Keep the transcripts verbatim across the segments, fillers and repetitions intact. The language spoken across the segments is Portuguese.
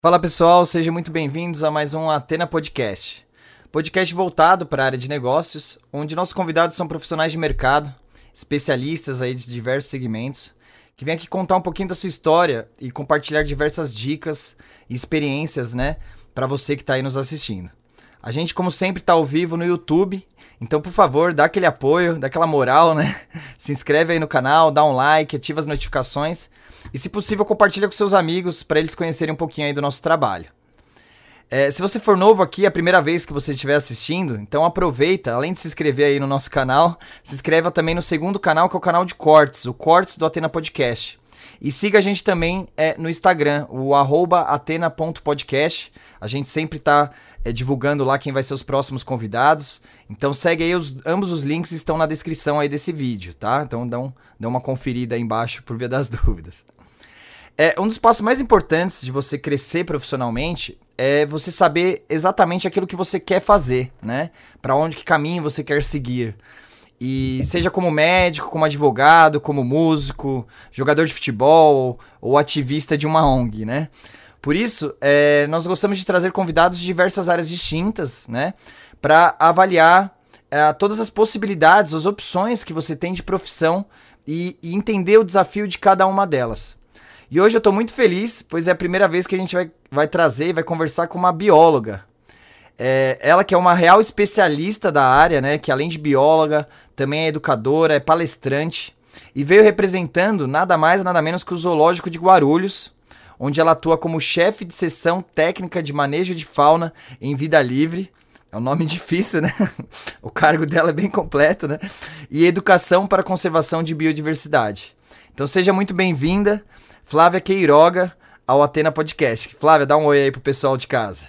Fala pessoal, sejam muito bem-vindos a mais um Athena Podcast. Podcast voltado para a área de negócios, onde nossos convidados são profissionais de mercado, especialistas aí de diversos segmentos, que vêm aqui contar um pouquinho da sua história e compartilhar diversas dicas e experiências, né, para você que está aí nos assistindo. A gente, como sempre, está ao vivo no YouTube, então, por favor, dá aquele apoio, dá aquela moral, né? Se inscreve aí no canal, dá um like, ativa as notificações e, se possível, compartilha com seus amigos para eles conhecerem um pouquinho aí do nosso trabalho. É, se você for novo aqui, é a primeira vez que você estiver assistindo, então aproveita, além de se inscrever aí no nosso canal, se inscreva também no segundo canal, que é o canal de cortes, o Cortes do Athena Podcast. E siga a gente também é, no Instagram, o arroba athena ponto podcast. A gente sempre está é, divulgando lá quem vai ser os próximos convidados. Então segue aí, os, ambos os links estão na descrição aí desse vídeo, tá? Então dá, um, dá uma conferida aí embaixo por via das dúvidas. É, um dos passos mais importantes de você crescer profissionalmente é você saber exatamente aquilo que você quer fazer, né? Para onde, que caminho você quer seguir. E seja como médico, como advogado, como músico, jogador de futebol ou ativista de uma O N G, né? Por isso, é, nós gostamos de trazer convidados de diversas áreas distintas, né? Para avaliar é, todas as possibilidades, as opções que você tem de profissão e, e entender o desafio de cada uma delas. E hoje eu estou muito feliz, pois é a primeira vez que a gente vai, vai trazer e vai conversar com uma bióloga. É, ela que é uma real especialista da área, né? Que além de bióloga, também é educadora, é palestrante. E veio representando nada mais, nada menos que o Zoológico de Guarulhos, onde ela atua como chefe de seção técnica de manejo de fauna em vida livre. É um nome difícil, né? O cargo dela é bem completo, né? E educação para a conservação de biodiversidade. Então seja muito bem-vinda, Flávia Queiroga, ao Athena Podcast. Flávia, dá um oi aí pro pessoal de casa.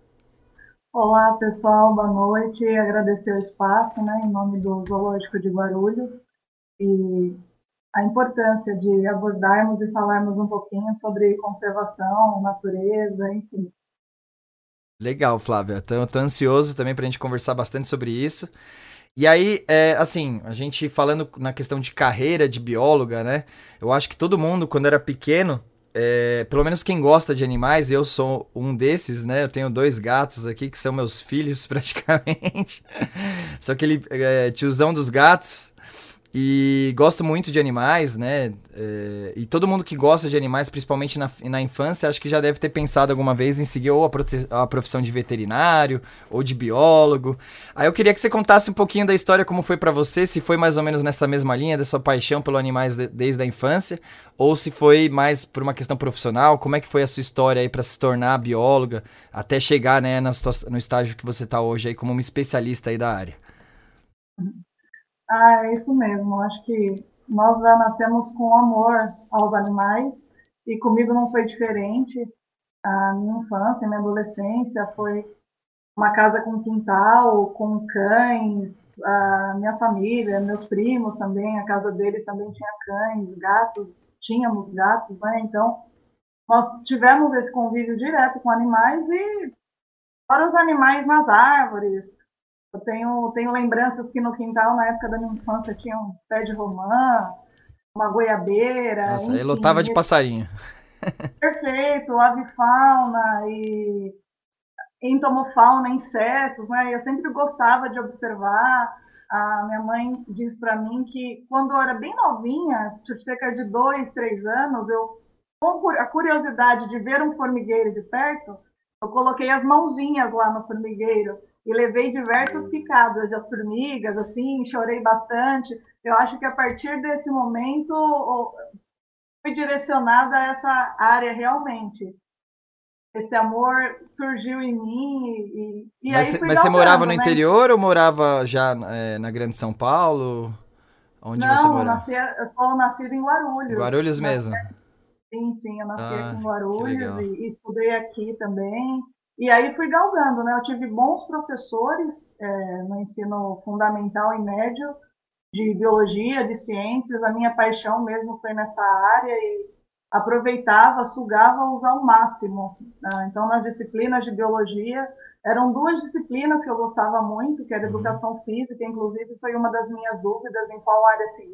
Olá, pessoal, boa noite. Agradecer o espaço, né, em nome do Zoológico de Guarulhos e a importância de abordarmos e falarmos um pouquinho sobre conservação, natureza, enfim. Legal, Flávia. Tô, tô ansioso também pra gente conversar bastante sobre isso. E aí, é, assim, a gente falando na questão de carreira de bióloga, né? Eu acho que todo mundo, quando era pequeno, é, pelo menos quem gosta de animais, eu sou um desses, né? Eu tenho dois gatos aqui que são meus filhos praticamente. Sou aquele é, tiozão dos gatos. E gosto muito de animais, né? É, e todo mundo que gosta de animais, principalmente na, na infância, acho que já deve ter pensado alguma vez em seguir ou a, prote- a profissão de veterinário ou de biólogo. Aí eu queria que você contasse um pouquinho da história, como foi pra você, se foi mais ou menos nessa mesma linha, da sua paixão pelos animais de- desde a infância, ou se foi mais por uma questão profissional, como é que foi a sua história aí pra se tornar bióloga, até chegar, né, na situa- no estágio que você tá hoje aí como uma especialista aí da área. Ah, é isso mesmo. Acho que nós já nascemos com amor aos animais e comigo não foi diferente. A minha infância, minha adolescência foi uma casa com quintal, com cães, a minha família, meus primos também, a casa dele também tinha cães, gatos, tínhamos gatos, né? Então, nós tivemos esse convívio direto com animais e para os animais nas árvores. Eu tenho, tenho lembranças que no quintal, na época da minha infância, tinha um pé de romã, uma goiabeira, Nossa, aí lotava de enfim, passarinho. perfeito, avifauna e entomofauna, insetos, né? Eu sempre gostava de observar. A minha mãe diz para mim que quando eu era bem novinha, de cerca de dois, três anos, eu com a curiosidade de ver um formigueiro de perto, eu coloquei as mãozinhas lá no formigueiro e levei diversas picadas de as formigas, assim, chorei bastante. Eu acho que a partir desse momento fui direcionada a essa área realmente. Esse amor surgiu em mim e, e Mas, aí cê- fui mas você morava no galgando, né? interior ou morava já é, na Grande São Paulo? Onde você Não, eu, morava? nasci, eu sou nascida em Em Guarulhos. Guarulhos Nasci, mesmo? sim, sim, eu nasci aqui Ah, em que Guarulhos e, legal. e estudei aqui também. E aí fui galgando, né? Eu tive bons professores é, no ensino fundamental e médio de biologia, de ciências. A minha paixão mesmo foi nessa área e aproveitava, sugava-os ao máximo. Né? Então, nas disciplinas de biologia, eram duas disciplinas que eu gostava muito, que era Uhum. educação física, inclusive foi uma das minhas dúvidas em qual área seguir.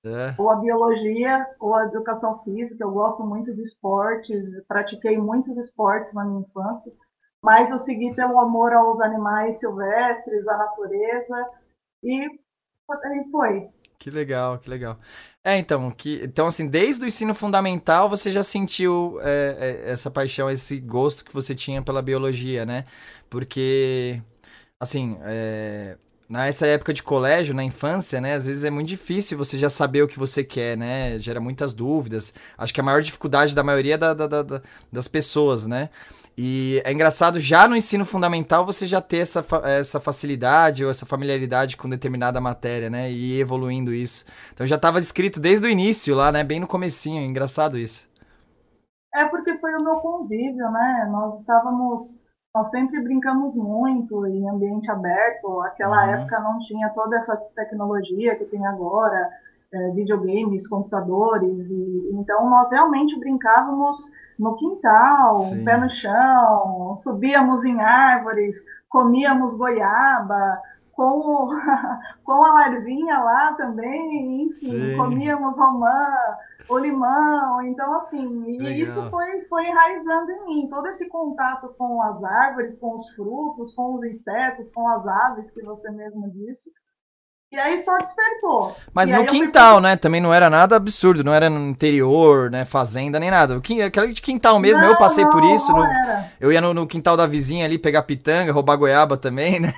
É. ou a biologia, ou a educação física. Eu gosto muito de esportes, pratiquei muitos esportes na minha infância, mas eu segui pelo amor aos animais silvestres, à natureza, e aí foi. Que legal, que legal. É, então, que, então, assim, desde o ensino fundamental você já sentiu é, é, essa paixão, esse gosto que você tinha pela biologia, né? Porque, assim, é, nessa época de colégio, na infância, né? Às vezes é muito difícil você já saber o que você quer, né? Gera muitas dúvidas. Acho que a maior dificuldade da maioria da, da- da- da- das pessoas, né? E é engraçado, já no ensino fundamental, você já ter essa, fa- essa facilidade ou essa familiaridade com determinada matéria, né? E ir evoluindo isso. Então já estava escrito desde o início lá, né? Bem no comecinho, é engraçado isso. É porque foi o meu convívio, né? Nós estávamos, nós sempre brincamos muito em ambiente aberto. Aquela Uhum. época não tinha toda essa tecnologia que tem agora, é, videogames, computadores, e então nós realmente brincávamos no quintal, pé no Sim. chão, subíamos em árvores, comíamos goiaba, com, com a larvinha lá também, enfim, Sim. comíamos romã, o limão, então assim, Que e isso legal. foi, foi enraizando em mim, todo esse contato com as árvores, com os frutos, com os insetos, com as aves, que você mesmo disse, e aí só despertou. Mas E no aí eu fui quintal, né? procurar. Também não era nada absurdo, não era no interior, né? Fazenda, nem nada. O quin- aquela de quintal mesmo, eu Não, passei por não, isso. não no- era. eu ia no, no quintal da vizinha ali pegar pitanga, roubar goiaba também, né?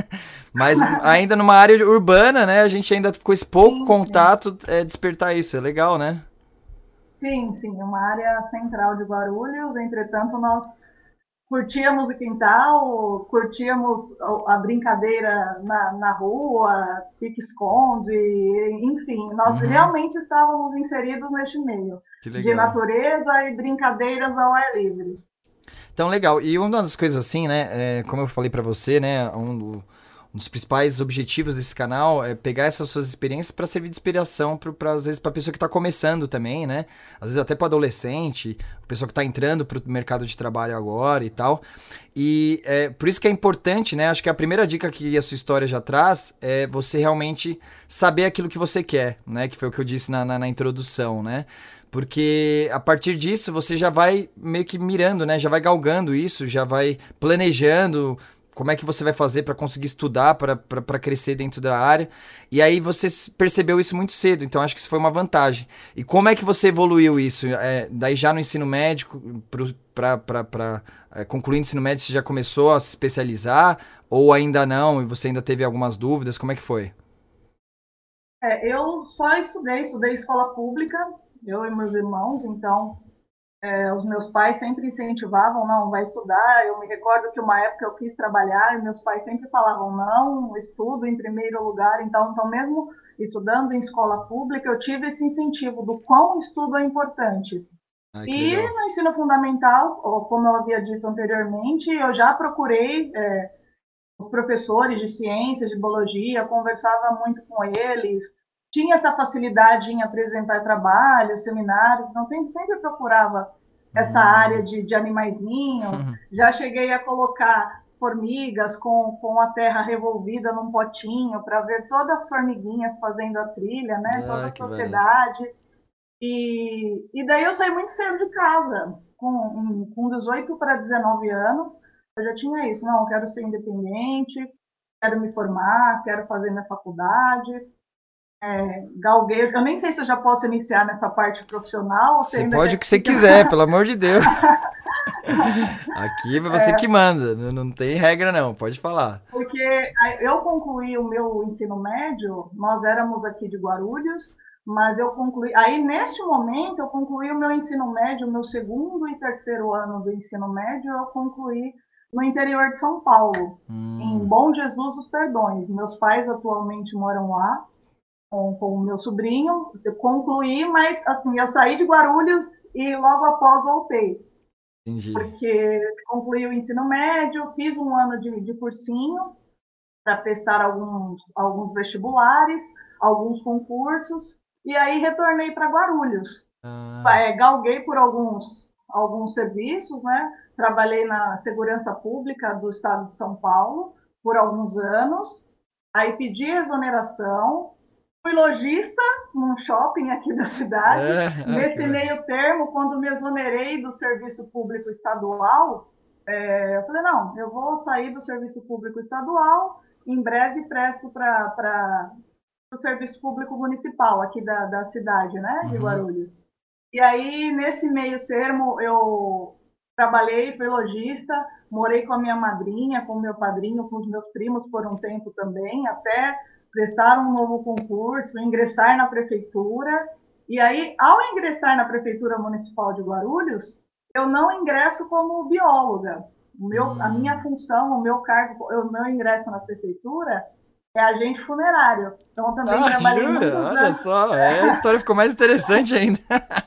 Mas ainda numa área urbana, né? A gente ainda com esse pouco Sim, sim. contato, é, despertar isso. É legal, né? Sim, sim, uma área central de Guarulhos, entretanto, nós curtíamos o quintal, curtíamos a brincadeira na, na rua, pique-esconde, enfim, nós Uhum. realmente estávamos inseridos neste meio Que de legal. natureza e brincadeiras ao ar livre. Então, legal. E uma das coisas assim, né? É, como eu falei pra você, né? Um, do- um dos principais objetivos desse canal é pegar essas suas experiências pra servir de inspiração para às vezes para pessoa que tá começando também, né? Às vezes até para adolescente, pessoa que tá entrando pro mercado de trabalho agora e tal. E é, por isso que é importante, né? Acho que a primeira dica que a sua história já traz é você realmente saber aquilo que você quer, né? Que foi o que eu disse na, na, na introdução, né? Porque a partir disso você já vai meio que mirando, né? Já vai galgando isso, já vai planejando como é que você vai fazer para conseguir estudar, para crescer dentro da área. E aí você s- percebeu isso muito cedo, então acho que isso foi uma vantagem. E como é que você evoluiu isso? É, daí já no ensino médio, para concluir o ensino médio, você já começou a se especializar? Ou ainda não, e você ainda teve algumas dúvidas? Como é que foi? É, eu só estudei, estudei escola pública, eu e meus irmãos, então é, os meus pais sempre incentivavam, não, vai estudar. Eu me recordo que uma época eu quis trabalhar e meus pais sempre falavam, não, estudo em primeiro lugar. Então, então mesmo estudando em escola pública, eu tive esse incentivo do quão estudo é importante. Ai, que E legal. no ensino fundamental, como eu havia dito anteriormente, eu já procurei é, os professores de ciências, de biologia, conversava muito com eles, tinha essa facilidade em apresentar trabalhos, seminários, então sempre procurava essa área Hum. de, de animaizinhos, já cheguei a colocar formigas com, com a terra revolvida num potinho para ver todas as formiguinhas fazendo a trilha, né, toda Ai, a que barato. sociedade, e, e daí eu saí muito cedo de casa, com, com dezoito para dezenove anos, eu já tinha isso, não, eu quero ser independente, quero me formar, quero fazer minha faculdade, é, galguei, eu nem sei se eu já posso iniciar nessa parte profissional ou se Você ainda pode quer o que que você fique quiser, na... pelo amor de Deus. Aqui é você que manda, não, não tem regra não, pode falar. Porque eu concluí o meu ensino médio, nós éramos aqui de Guarulhos, mas eu concluí, aí neste momento eu concluí o meu ensino médio, o meu segundo e terceiro ano do ensino médio, eu concluí no interior de São Paulo, em Hum, Bom Jesus dos Perdões. Meus pais atualmente moram lá, com, com o meu sobrinho, eu concluí, mas assim, eu saí de Guarulhos e logo após voltei, entendi. porque concluí o ensino médio, fiz um ano de, de cursinho, para prestar alguns, alguns vestibulares, alguns concursos, e aí retornei para Guarulhos. Ah, É, galguei por alguns, alguns serviços, né? Trabalhei na segurança pública do estado de São Paulo por alguns anos, aí pedi exoneração, fui lojista num shopping aqui da cidade. É, Nesse ah, meio termo, quando me exonerei do serviço público estadual, é, eu falei, não, eu vou sair do serviço público estadual, em breve presto para o serviço público municipal aqui da, da cidade, né, de uhum. Guarulhos. E aí, nesse meio termo, eu trabalhei, fui lojista, morei com a minha madrinha, com o meu padrinho, com os meus primos por um tempo também, até prestar um novo concurso, ingressar na prefeitura. E aí, ao ingressar na Prefeitura Municipal de Guarulhos, eu não ingresso como bióloga. O meu, a minha Hum. função, o meu cargo, o meu ingresso na prefeitura é agente funerário. Então, eu também Ah, trabalhei jura? muitos Olha anos. só, é, a história ficou mais interessante ainda.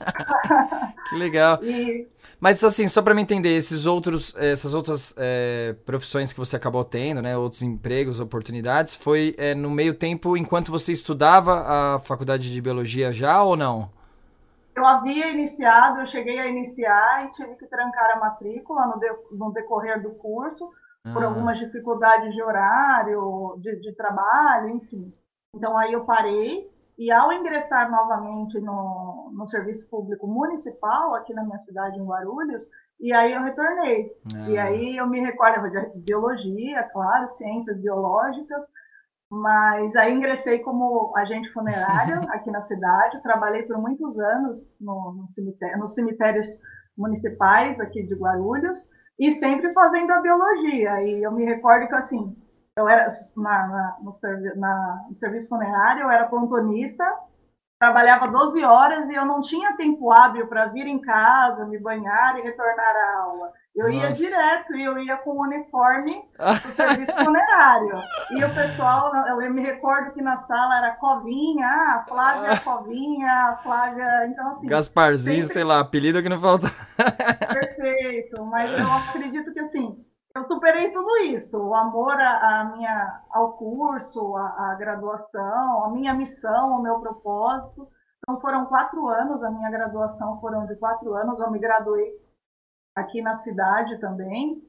Que legal. E Mas assim, só pra me entender, esses outros, essas outras é, profissões que você acabou tendo, né, outros empregos, oportunidades, foi é, no meio tempo enquanto você estudava a faculdade de biologia já ou não? eu havia iniciado, eu cheguei a iniciar e tive que trancar a matrícula no, de, no decorrer do curso, por Ah, algumas dificuldades de horário, de, de trabalho, enfim. Então, aí eu parei e, ao ingressar novamente no, no serviço público municipal, aqui na minha cidade, em Guarulhos, e aí eu retornei. E ah, aí eu me recordo de biologia, claro, ciências biológicas, mas aí ingressei como agente funerário aqui na cidade, trabalhei por muitos anos no, no cemitério, nos cemitérios municipais aqui de Guarulhos e sempre fazendo a biologia. E eu me recordo que assim, eu era na, na, no, servi na, no serviço funerário, eu era plantonista, trabalhava doze horas e eu não tinha tempo hábil para vir em casa, me banhar e retornar à aula. Eu ia nossa. direto e eu ia com o uniforme do serviço funerário. E o pessoal, eu me recordo que na sala era Covinha, ah, Flávia Covinha, Flávia. Então, assim, Gasparzinho, sei sempre lá, apelido que não falta. perfeito. Mas eu acredito que, assim, eu superei tudo isso, o amor a, a minha, ao curso, a, a graduação, a minha missão, o meu propósito. Então, foram quatro anos, a minha graduação foram de quatro anos, eu me graduei aqui na cidade também.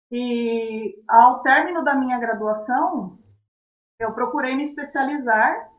E ao término da minha graduação, eu procurei me especializar,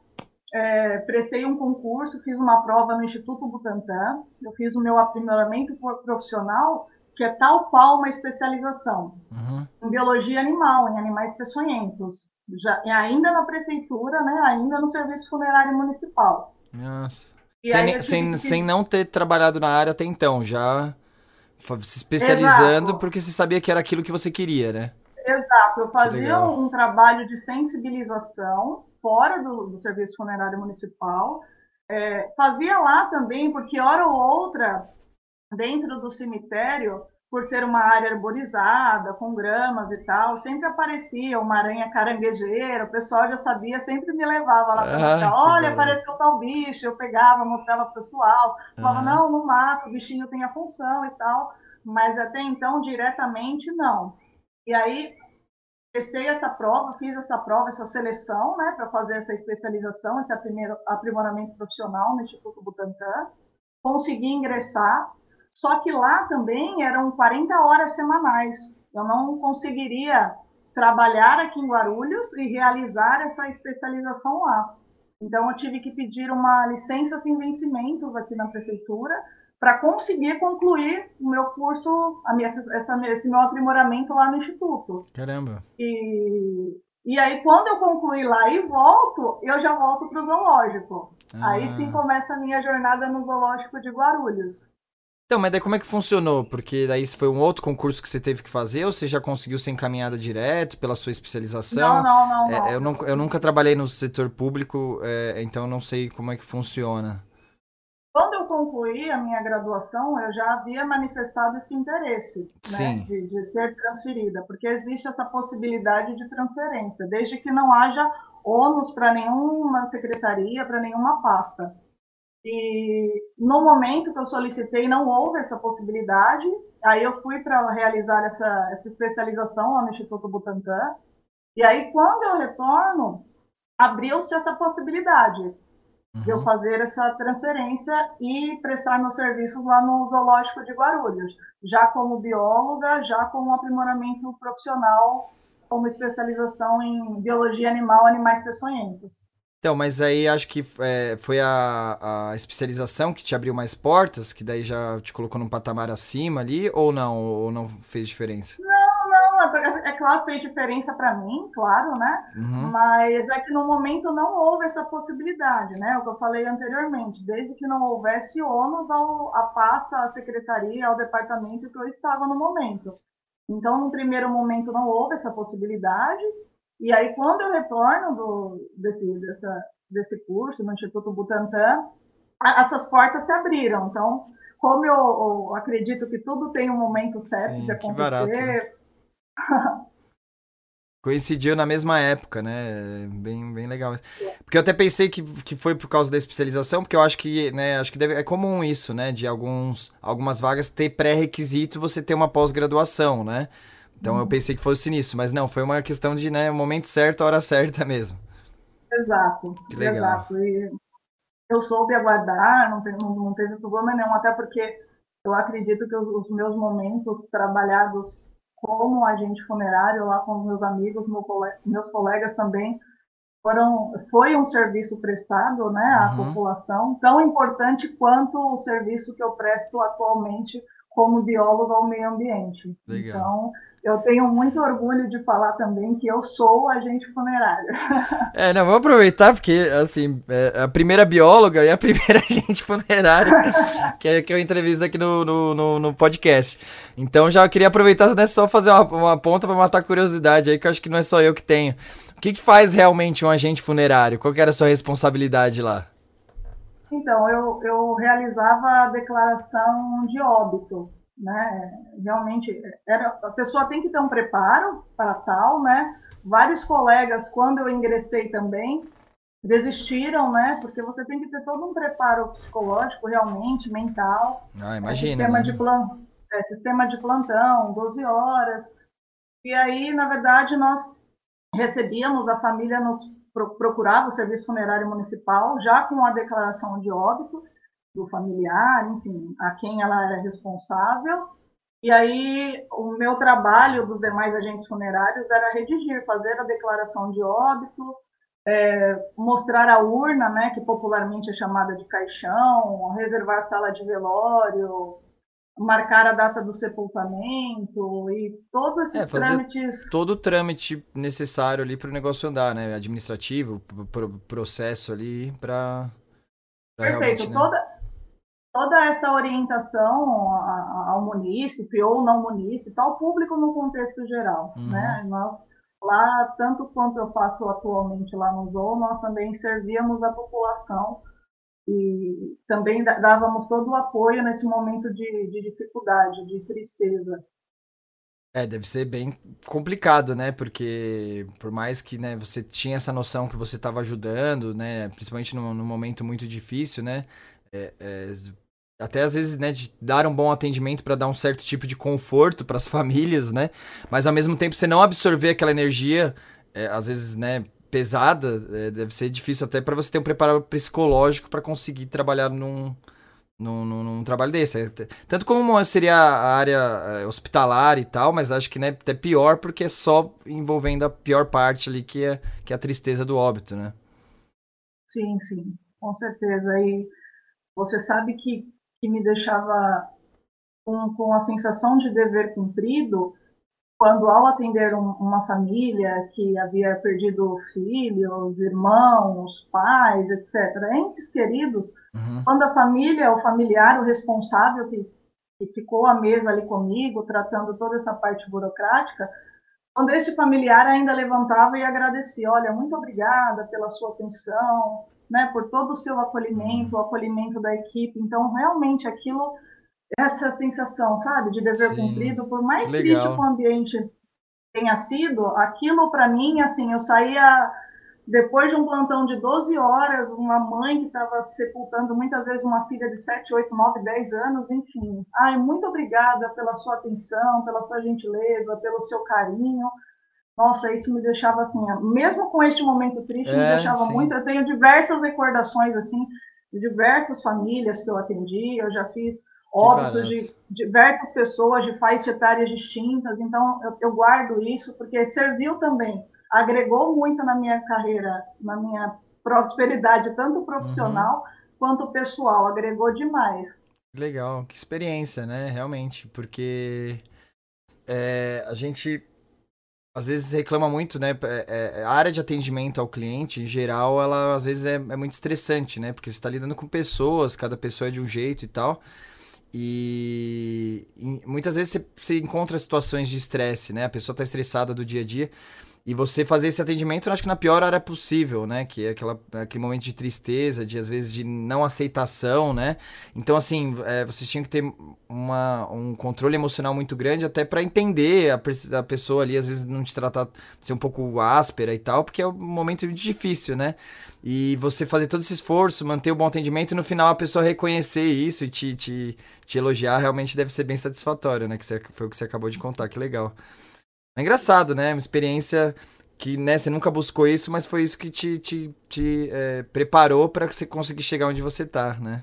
é, prestei um concurso, fiz uma prova no Instituto Butantan, eu fiz o meu aprimoramento profissional, que é tal qual uma especialização Uhum. em biologia animal, em animais peçonhentos, já, e ainda na prefeitura, né, ainda no serviço funerário municipal. Nossa. E Sem, aí ne- eu tive sem, que sem pedir. não ter trabalhado na área até então, já fa- se especializando Exato, porque você sabia que era aquilo que você queria, né? exato. Eu Que fazia legal. um, um trabalho de sensibilização fora do, do serviço funerário municipal. É, fazia lá também, porque hora ou outra dentro do cemitério, por ser uma área arborizada, com gramas e tal, sempre aparecia uma aranha caranguejeira, o pessoal já sabia, sempre me levava lá para Ah, mostrar, que olha, barato. apareceu tal bicho, eu pegava, mostrava para o pessoal, falava, Aham. não, não mata, o bichinho tem a função e tal, mas até então, diretamente, não. E aí, testei essa prova, fiz essa prova, essa seleção, né, para fazer essa especialização, esse aprimoramento profissional no Instituto Butantan, consegui ingressar, só que lá também eram quarenta horas semanais. Eu não conseguiria trabalhar aqui em Guarulhos e realizar essa especialização lá. Então, eu tive que pedir uma licença sem vencimentos aqui na prefeitura para conseguir concluir o meu curso, a minha, essa, esse meu aprimoramento lá no Instituto. Caramba. E, e aí, quando eu concluir lá e volto, eu já volto para o zoológico. Aí sim Ah. começa a minha jornada no zoológico de Guarulhos. Então, mas daí como é que funcionou? Porque daí isso foi um outro concurso que você teve que fazer ou você já conseguiu ser encaminhada direto pela sua Não, especialização? não, não, É, eu, não. não, eu nunca trabalhei no setor público, é, então eu não sei como é que funciona. Quando eu concluí a minha graduação, eu já havia manifestado esse interesse, né, Sim. de, de ser transferida, porque existe essa possibilidade de transferência, desde que não haja ônus para nenhuma secretaria, para nenhuma pasta. E no momento que eu solicitei, não houve essa possibilidade. Aí eu fui para realizar essa, essa especialização lá no Instituto Butantan. E aí, quando eu retorno, abriu-se essa possibilidade de eu Uhum. fazer essa transferência e prestar meus serviços lá no Zoológico de Guarulhos, já como bióloga, já com um aprimoramento profissional, como especialização em biologia animal, animais peçonhentos. Então, mas aí acho que é, foi a, a especialização que te abriu mais portas, que daí já te colocou num patamar acima ali, ou não? Ou não fez diferença? Não, é, é claro que fez diferença para mim, claro, né? Uhum. Mas é que no momento não houve essa possibilidade, né? O que eu falei anteriormente, desde que não houvesse ônus ao, à pasta, à secretaria, ao departamento que eu estava no momento. Então, no primeiro momento não houve essa possibilidade, e aí quando eu retorno do, desse, dessa, desse curso no Instituto Butantan, a, essas portas se abriram. Então, como eu, eu acredito que tudo tem um momento certo de Sim, que barato, né? acontecer. Coincidiu na mesma época, né? Bem, bem legal. Porque eu até pensei que, que foi por causa da especialização, porque eu acho que, né, acho que deve, é comum isso, né? De alguns, algumas vagas ter pré-requisito você ter uma pós-graduação, né? Então eu pensei que fosse nisso, mas não, foi uma questão de, né, o momento certo, a hora certa mesmo. Exato, Que legal. exato. E eu soube aguardar, não, teve, não, não teve problema nenhum, até porque eu acredito que os, os meus momentos trabalhados como agente funerário lá com os meus amigos, meu colega, meus colegas também, foram, foi um serviço prestado, né, à Uhum, população, tão importante quanto o serviço que eu presto atualmente como biólogo ao meio ambiente. legal. Então, eu tenho muito orgulho de falar também que eu sou agente funerário. É, não, vamos aproveitar porque, assim, é a primeira bióloga e a primeira agente funerária que, é, que eu entrevisto aqui no, no, no, no podcast. Então já queria aproveitar, né, só fazer uma, uma ponta para matar a curiosidade aí, que eu acho que não é só eu que tenho. O que, que faz realmente um agente funerário? Qual que era a sua responsabilidade lá? Então, eu, eu realizava a declaração de óbito, né? Realmente, era, a pessoa tem que ter um preparo para tal, né? Vários colegas, quando eu ingressei também, desistiram, né? Porque você tem que ter todo um preparo psicológico, realmente, mental, Ah, é, imagina, sistema de né? plan, é, sistema de plantão, doze horas. E aí, na verdade, nós recebíamos, a família nos procurava o serviço funerário municipal, já com a declaração de óbito do familiar, enfim, a quem ela era responsável. E aí, o meu trabalho dos demais agentes funerários era redigir, fazer a declaração de óbito, é, mostrar a urna, né, que popularmente é chamada de caixão, reservar sala de velório, marcar a data do sepultamento e todos É, esses fazer trâmites. todo o trâmite necessário ali para o negócio andar, né? Administrativo, pro, pro processo ali para realmente, Perfeito. né? Toda, toda essa orientação ao munícipe ou não munícipe, ao público no contexto geral, Uhum. né? Nós lá, tanto quanto eu faço atualmente lá no Zoo, nós também servíamos a população e também dávamos todo o apoio nesse momento de, de dificuldade, de tristeza. É, deve ser bem complicado, né? Porque por mais que, né, você tinha essa noção que você estava ajudando, né? Principalmente num, num momento muito difícil, né? É, é, até às vezes, né, de dar um bom atendimento para dar um certo tipo de conforto para as famílias, né? Mas ao mesmo tempo você não absorver aquela energia, é, às vezes, né, pesada, é, deve ser difícil até para você ter um preparo psicológico para conseguir trabalhar num, num, num, num trabalho desse. É, t- Tanto como seria a área é, hospitalar e tal, mas acho que, né, até pior porque é só envolvendo a pior parte ali, que é, que é a tristeza do óbito, né? Sim, sim, com certeza. E você sabe que, que me deixava com, com a sensação de dever cumprido quando, ao atender um, uma família que havia perdido filhos, irmãos, pais, etcétera, entes queridos, Uhum. quando a família, o familiar, o responsável que, que ficou à mesa ali comigo, tratando toda essa parte burocrática, quando este familiar ainda levantava e agradecia, olha, muito obrigada pela sua atenção, né, por todo o seu Uhum. acolhimento, o acolhimento da equipe. Então, realmente, aquilo, essa sensação, sabe, de dever Sim, cumprido, por que mais triste que o legal. ambiente tenha sido, aquilo para mim, assim, eu saía depois de um plantão de doze horas, uma mãe que estava sepultando muitas vezes uma filha de sete, oito, nove, dez anos, enfim. Ai, muito obrigada pela sua atenção, pela sua gentileza, pelo seu carinho. Nossa, isso me deixava assim, mesmo com este momento triste, me É, deixava sim, muito. Eu tenho diversas recordações assim de diversas famílias que eu atendi, eu já fiz que óbitos barato. de diversas pessoas de faixas etárias distintas, então eu, eu guardo isso porque serviu também, agregou muito na minha carreira, na minha prosperidade, tanto profissional Uhum. quanto pessoal, agregou demais. Legal, que experiência, né? Realmente, porque é, a gente às vezes reclama muito, né? É, é, a área de atendimento ao cliente, em geral, ela às vezes é, é muito estressante, né? Porque você está lidando com pessoas, cada pessoa é de um jeito e tal. E, e muitas vezes você, você encontra situações de estresse, né? A pessoa está estressada do dia a dia. E você fazer esse atendimento, eu acho que na pior hora possível, né? Que é aquela, aquele momento de tristeza, de às vezes de não aceitação, né? Então, assim, é, vocês tinham que ter uma, um controle emocional muito grande até pra entender a, a pessoa ali, às vezes não te tratar, ser um pouco áspera e tal, porque é um momento muito difícil, né? E você fazer todo esse esforço, manter o bom atendimento e no final a pessoa reconhecer isso e te, te, te elogiar, realmente deve ser bem satisfatório, né? Que você, foi o que você acabou de contar, que legal. É engraçado, né? Uma experiência que, né, você nunca buscou isso, mas foi isso que te, te, te é, preparou para você conseguir chegar onde você tá, né?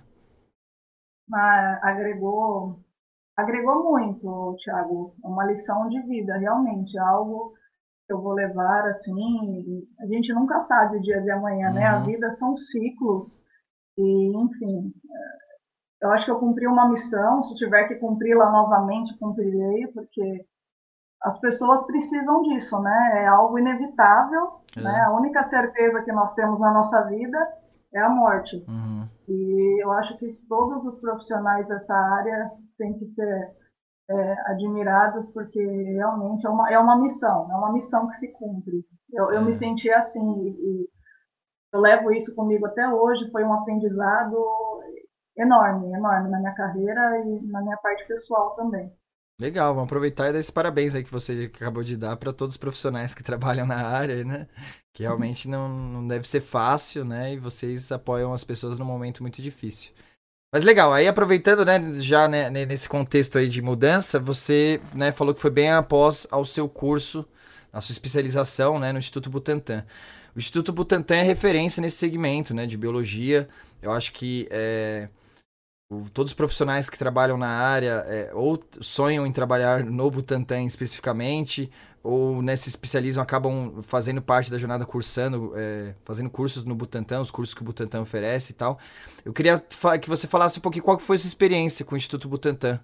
Mas agregou, agregou muito, Thiago, uma lição de vida, realmente, algo que eu vou levar, assim, a gente nunca sabe o dia de amanhã, né? A Uhum. vida são ciclos e, enfim, eu acho que eu cumpri uma missão, se tiver que cumpri-la novamente, cumprirei, porque as pessoas precisam disso, né? É algo inevitável, né? É. A única certeza que nós temos na nossa vida é a morte. Uhum. E eu acho que todos os profissionais dessa área têm que ser é, admirados, porque realmente é uma, é uma missão, é uma missão que se cumpre. Eu, eu me É. senti assim, e eu levo isso comigo até hoje, foi um aprendizado enorme, enorme na minha carreira e na minha parte pessoal também. Legal, vamos aproveitar e dar esse parabéns aí que você acabou de dar para todos os profissionais que trabalham na área, né? Que realmente não, não deve ser fácil, né? E vocês apoiam as pessoas num momento muito difícil. Mas legal, aí aproveitando, né, já né, nesse contexto aí de mudança, você, né, falou que foi bem após ao seu curso, a sua especialização, né, no Instituto Butantan. O Instituto Butantan é referência nesse segmento, né, de biologia. Eu acho que é, o- todos os profissionais que trabalham na área é, ou sonham em trabalhar no Butantan especificamente, ou né, se especializam, acabam fazendo parte da jornada cursando, é, fazendo cursos no Butantan, os cursos que o Butantan oferece e tal. Eu queria fa- que você falasse um pouquinho qual que foi a sua experiência com o Instituto Butantan.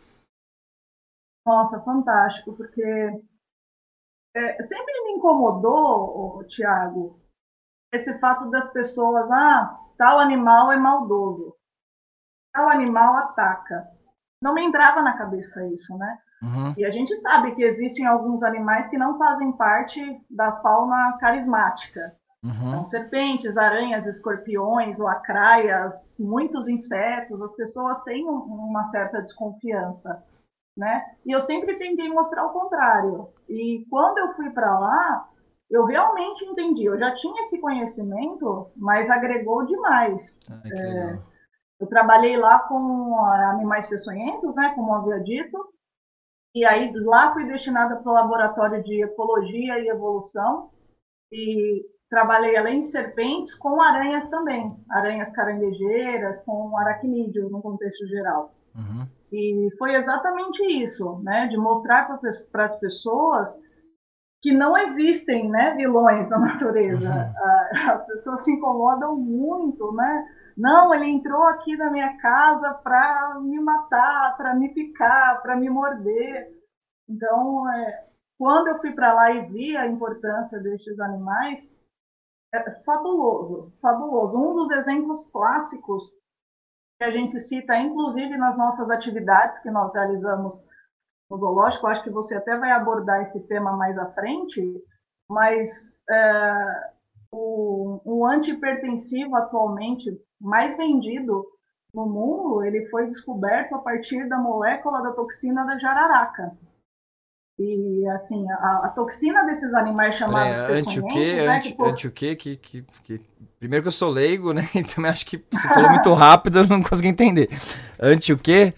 Nossa, fantástico, porque é, sempre me incomodou, Tiago, esse fato das pessoas, ah, tal animal é maldoso, tal animal ataca. Não me entrava na cabeça isso, né? Uhum, E a gente sabe que existem alguns animais que não fazem parte da fauna carismática. uhum, Então, serpentes, aranhas, escorpiões, lacraias, muitos insetos, as pessoas têm uma certa desconfiança, né? E eu sempre tentei mostrar o contrário. E quando eu fui para lá, eu realmente entendi. Eu já tinha esse conhecimento, mas agregou demais. ai, que legal. Eu trabalhei lá com animais peçonhentos, né, como havia dito, e aí lá fui destinada para o laboratório de ecologia e evolução, e trabalhei além de serpentes com aranhas também, aranhas caranguejeiras, com aracnídeos no contexto geral. Uhum, E foi exatamente isso, né, de mostrar para as pessoas que não existem, né, vilões na natureza. uhum, As pessoas se incomodam muito, né? Não, ele entrou aqui na minha casa para me matar, para me picar, para me morder. Então, é, quando eu fui para lá e vi a importância destes animais, é fabuloso, fabuloso. Um dos exemplos clássicos que a gente cita, inclusive nas nossas atividades que nós realizamos no zoológico, acho que você até vai abordar esse tema mais à frente, mas é, o, o antihipertensivo atualmente mais vendido no mundo, ele foi descoberto a partir da molécula da toxina da jararaca. E, assim, a, a toxina desses animais peraí, chamados anti o quê? peçonhentos, né, que Anti, possui anti o quê? Que, que, que... Primeiro que eu sou leigo, né? E também acho que você falou muito rápido, eu não consegui entender. Anti o quê?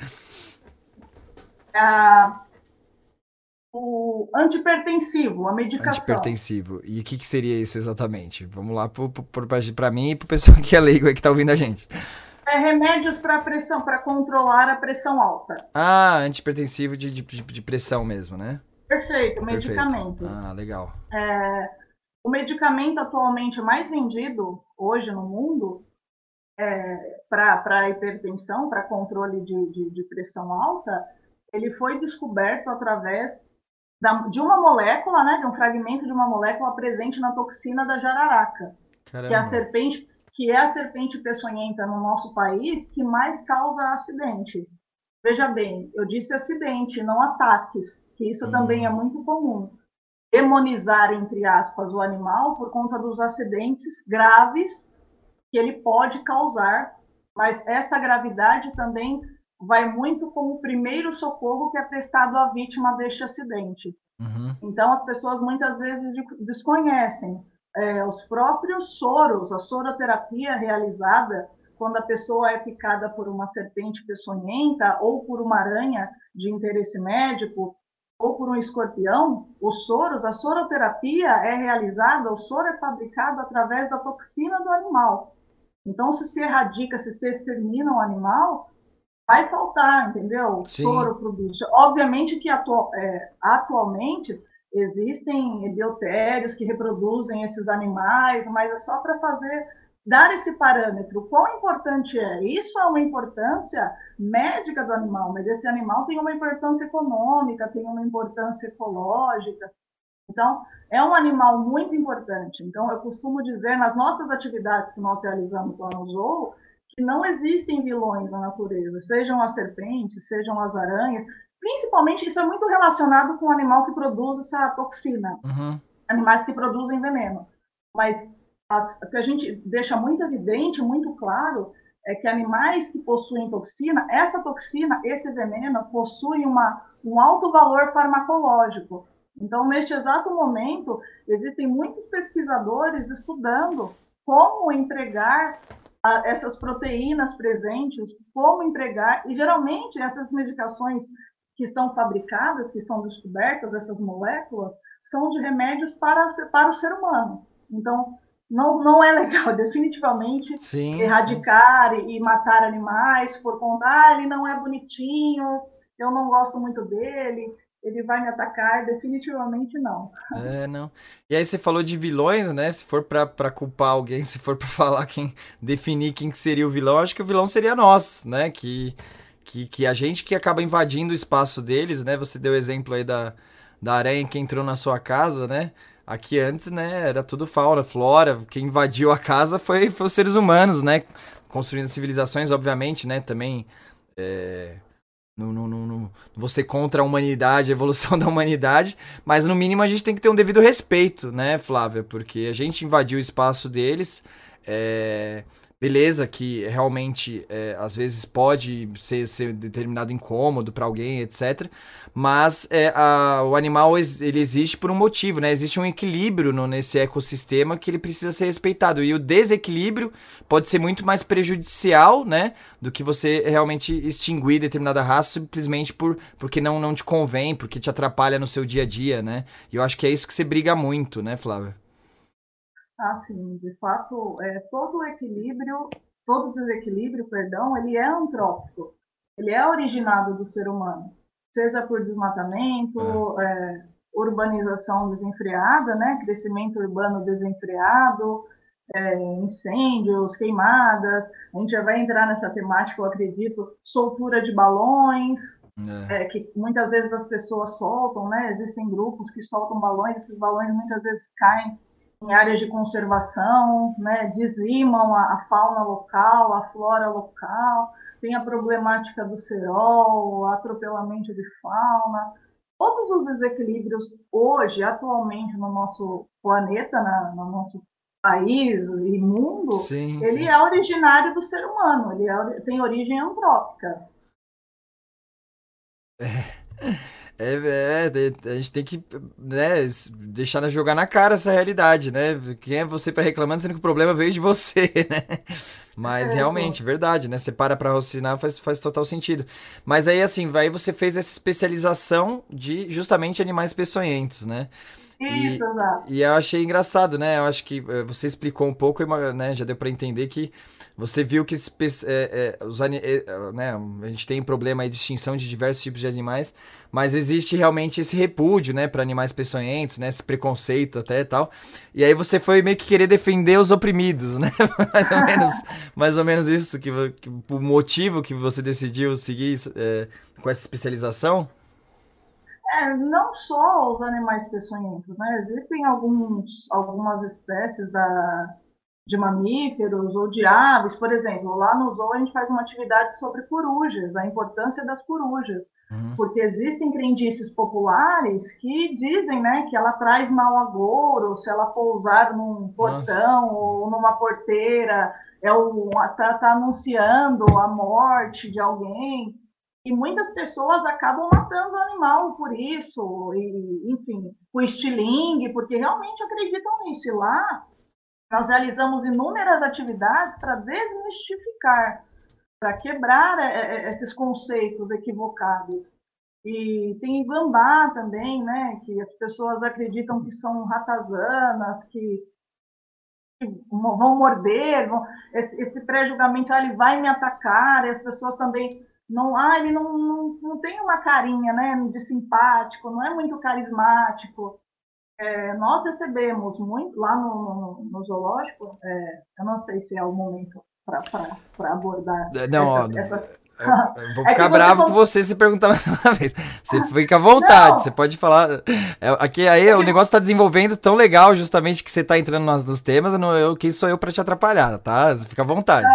o antihipertensivo, a medicação. Antipertensivo. E o que, que seria isso exatamente? Vamos lá pro, pro, pro, pra mim e pro pessoal que é leigo aí que tá ouvindo a gente. É remédios para pressão, para controlar a pressão alta. Ah, antipertensivo de, de, de pressão mesmo, né? Perfeito, Perfeito. medicamentos. Ah, legal. O medicamento atualmente mais vendido, hoje no mundo, é, para hipertensão, para controle de, de, de pressão alta, ele foi descoberto através da, de uma molécula, né, de um fragmento de uma molécula presente na toxina da jararaca, Caramba. que é a serpente, que é a serpente peçonhenta no nosso país que mais causa acidente. Veja bem, eu disse acidente, não ataques, que isso hum. também é muito comum. Demonizar, entre aspas, o animal por conta dos acidentes graves que ele pode causar, mas esta gravidade também vai muito como o primeiro socorro que é prestado à vítima deste acidente. Uhum. Então, as pessoas muitas vezes desconhecem é, os próprios soros, a soroterapia realizada quando a pessoa é picada por uma serpente peçonhenta ou por uma aranha de interesse médico ou por um escorpião, os soros, a soroterapia é realizada, o soro é fabricado através da toxina do animal. Então, se se erradica, se se extermina o animal, vai faltar, entendeu? Sim. Soro para o bicho. Obviamente que atu é, atualmente existem biotérios que reproduzem esses animais, mas é só para fazer, dar esse parâmetro. Quão importante é? Isso é uma importância médica do animal, mas esse animal tem uma importância econômica, tem uma importância ecológica. Então, é um animal muito importante. Então, eu costumo dizer, nas nossas atividades que nós realizamos lá no zoo, que não existem vilões na natureza, sejam as serpentes, sejam as aranhas. Principalmente, isso é muito relacionado com o animal que produz essa toxina, uhum. animais que produzem veneno. Mas as, o que a gente deixa muito evidente, muito claro, é que animais que possuem toxina, essa toxina, esse veneno, possuem uma, um alto valor farmacológico. Então, neste exato momento, existem muitos pesquisadores estudando como empregar a, essas proteínas presentes, como empregar, e geralmente essas medicações que são fabricadas, que são descobertas, essas moléculas, são de remédios para, para o ser humano. Então, não, não é legal, definitivamente, sim, erradicar sim. E, e matar animais por conta, ah, ele não é bonitinho, eu não gosto muito dele, ele vai me atacar, definitivamente não. É, não. E aí você falou de vilões, né? Se for pra, pra culpar alguém, se for pra falar quem, definir quem que seria o vilão, acho que o vilão seria nós, né? Que, que, que a gente que acaba invadindo o espaço deles, né? Você deu o exemplo aí da, da aranha que entrou na sua casa, né? Aqui antes, né, era tudo fauna, flora, quem invadiu a casa foi, foi os seres humanos, né? Construindo civilizações, obviamente, né? Também, é... Não, não, não, não vou ser contra a humanidade, a evolução da humanidade, mas no mínimo a gente tem que ter um devido respeito, né, Flávia? Porque a gente invadiu o espaço deles, é... beleza que realmente é, às vezes pode ser, ser determinado incômodo para alguém, etcétera. Mas é, a, o animal ele existe por um motivo, né? Existe um equilíbrio no, nesse ecossistema que ele precisa ser respeitado. E o desequilíbrio pode ser muito mais prejudicial, né? Do que você realmente extinguir determinada raça simplesmente por, porque não, não te convém, porque te atrapalha no seu dia a dia, né? E eu acho que é isso que você briga muito, né, Flávia? Ah, sim, de fato, é, todo o equilíbrio, todo desequilíbrio, perdão, ele é antrópico, ele é originado do ser humano, seja por desmatamento, é. É, urbanização desenfreada, né, crescimento urbano desenfreado, é, incêndios, queimadas, a gente já vai entrar nessa temática, eu acredito, soltura de balões, é. É, que muitas vezes as pessoas soltam, né, existem grupos que soltam balões, esses balões muitas vezes caem em áreas de conservação, né, dizimam a, a fauna local, a flora local, tem a problemática do cerol, atropelamento de fauna. Todos os desequilíbrios hoje, atualmente, no nosso planeta, na, no nosso país e mundo, sim, ele sim. é originário do ser humano, ele é, tem origem antrópica. É. É, é, a gente tem que, né, deixar jogar na cara essa realidade, né? Quem é você para reclamando, sendo que o problema veio de você, né? Mas é, realmente, verdade, né? Você para para raciocinar, faz, faz total sentido. Mas aí, assim, aí você fez essa especialização de justamente animais peçonhentos, né? Isso, E, exato. e eu achei engraçado, né? Eu acho que eh, você explicou um pouco, né? Já deu para entender que você viu que espe- é, é, os, ani- é, é, né? A gente tem problema aí de extinção de diversos tipos de animais, mas existe realmente esse repúdio, né? Para animais peçonhentos, né? Esse preconceito até e tal. E aí você foi meio que querer defender os oprimidos, né? mais ou menos, mais ou menos isso que, vo- que o motivo que você decidiu seguir é, com essa especialização. É, não só os animais peçonhentos, né? Existem alguns, algumas espécies da, de mamíferos ou de aves, por exemplo, lá no zoo a gente faz uma atividade sobre corujas, a importância das corujas, Uhum. porque existem crendices populares que dizem, né, que ela traz mau agouro se ela pousar num Nossa. portão ou numa porteira, é o tá, tá anunciando a morte de alguém. E muitas pessoas acabam matando o animal por isso, e, enfim, o estilingue, porque realmente acreditam nisso. E lá nós realizamos inúmeras atividades para desmistificar, para quebrar é, é, esses conceitos equivocados. E tem gambá também, né, que as pessoas acreditam que são ratazanas, que, que vão morder, vão, esse, esse pré-julgamento, ah, ele vai me atacar, e as pessoas também não, ah, ele não, não, não tem uma carinha, né, de simpático, não é muito carismático. É, nós recebemos muito lá no, no, no zoológico, é, eu não sei se é o momento para abordar Não, ó, essa, essa. eu, eu vou É que ficar você bravo com falou. você se perguntar mais uma vez. Você fica à vontade, você Não, pode falar. É, aqui aí é o que, negócio tá desenvolvendo tão legal, justamente que você tá entrando nos, nos temas, eu não, eu, quem sou eu pra te atrapalhar, tá? Você fica à vontade.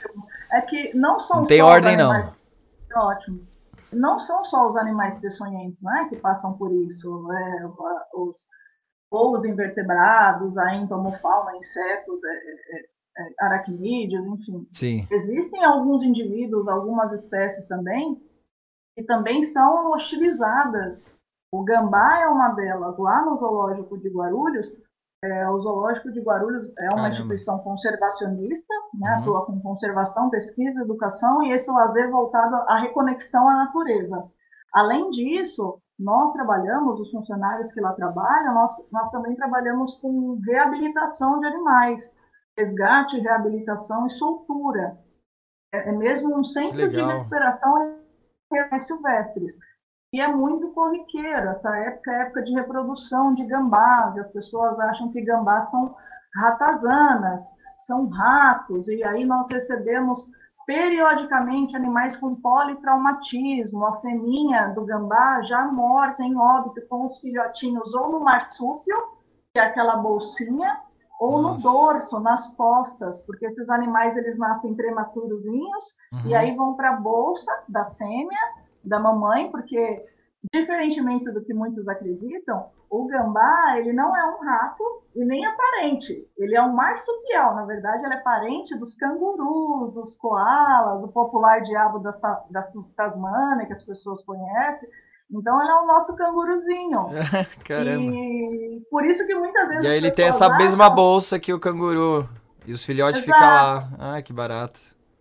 é que não Não são tem só os ordem, não. animais. Ótimo. Não são só os animais peçonhentos, né, que passam por isso. É, os, ou os invertebrados, a entomofauna, insetos, é, é, é, aracnídeos, enfim. Sim. Existem alguns indivíduos, algumas espécies também, que também são hostilizadas. O gambá é uma delas. Lá no Zoológico de Guarulhos, é, o Zoológico de Guarulhos é uma Caramba. instituição conservacionista, né, Uhum. atua com conservação, pesquisa, educação e esse lazer voltado à reconexão à natureza. Além disso, nós trabalhamos, os funcionários que lá trabalham, nós, nós também trabalhamos com reabilitação de animais, resgate, reabilitação e soltura. É, é mesmo um Que centro de legal. recuperação animais silvestres. E é muito corriqueiro, essa época é época de reprodução de gambás, e as pessoas acham que gambás são ratazanas, são ratos, e aí nós recebemos periodicamente animais com politraumatismo, a feminha do gambá já morta em óbito com os filhotinhos ou no marsúpio, que é aquela bolsinha, ou no Nossa. dorso, nas costas, porque esses animais eles nascem prematurozinhos e Uhum. aí vão para a bolsa da fêmea, da mamãe, porque diferentemente do que muitos acreditam, o gambá ele não é um rato e nem é parente. Ele é um marsupial, na verdade ele é parente dos cangurus, dos koalas, o popular diabo das, das Tasmânia que as pessoas conhecem. Então ele é o nosso canguruzinho. Caramba. E por isso que muitas E vezes aí as ele tem pessoas essa mesma acham. bolsa que o canguru. E os filhotes ficam Exato, lá. Ai, que barato.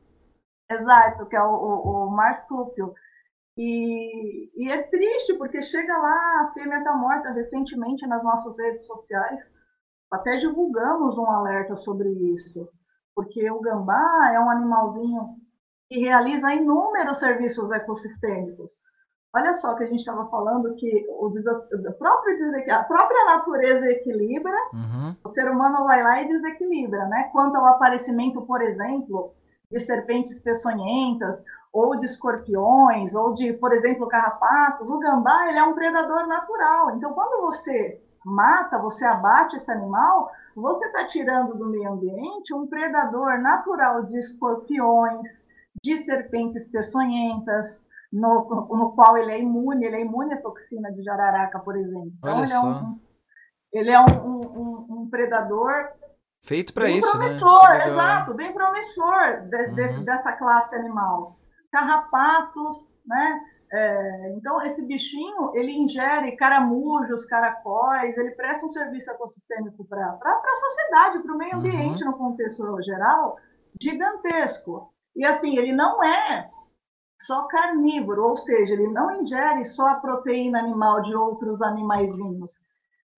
exato, que é o, o, o marsúpio. E, e é triste, porque chega lá, a fêmea está morta recentemente nas nossas redes sociais. Até divulgamos um alerta sobre isso. Porque o gambá é um animalzinho que realiza inúmeros serviços ecossistêmicos. Olha só que a gente estava falando que o, o próprio, a própria natureza equilibra, Uhum. o ser humano vai lá e desequilibra, né? Quanto ao aparecimento, por exemplo, de serpentes peçonhentas, ou de escorpiões, ou de, por exemplo, carrapatos, o gambá ele é um predador natural. Então, quando você mata, você abate esse animal, você está tirando do meio ambiente um predador natural de escorpiões, de serpentes peçonhentas, no, no qual ele é imune, ele é imune à toxina de jararaca, por exemplo. Então, Olha ele é um, só. um ele é um, um, um predador Feito pra bem isso, né? Que promissor, legal. exato, bem promissor de, de, Uhum. dessa classe animal. Carrapatos, né? É, então, esse bichinho, ele ingere caramujos, caracóis, ele presta um serviço ecossistêmico para a sociedade, para o meio Uhum. ambiente, no contexto geral, gigantesco. E, assim, ele não é só carnívoro, ou seja, ele não ingere só a proteína animal de outros animaizinhos.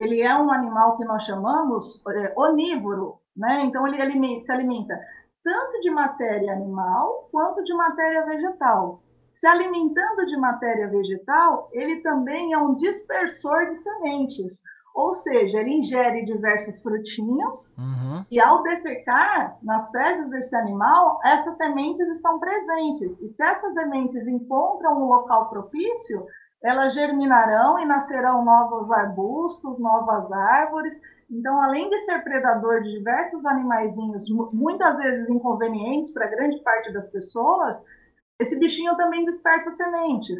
ele é um animal que nós chamamos é, onívoro, né? Então ele alimenta, se alimenta tanto de matéria animal quanto de matéria vegetal. Se alimentando de matéria vegetal, ele também é um dispersor de sementes, ou seja, ele ingere diversos frutinhos uhum. e ao defecar nas fezes desse animal, essas sementes estão presentes. E se essas sementes encontram um local propício, elas germinarão e nascerão novos arbustos, novas árvores. Então, além de ser predador de diversos animaizinhos, muitas vezes inconvenientes para grande parte das pessoas, esse bichinho também dispersa sementes.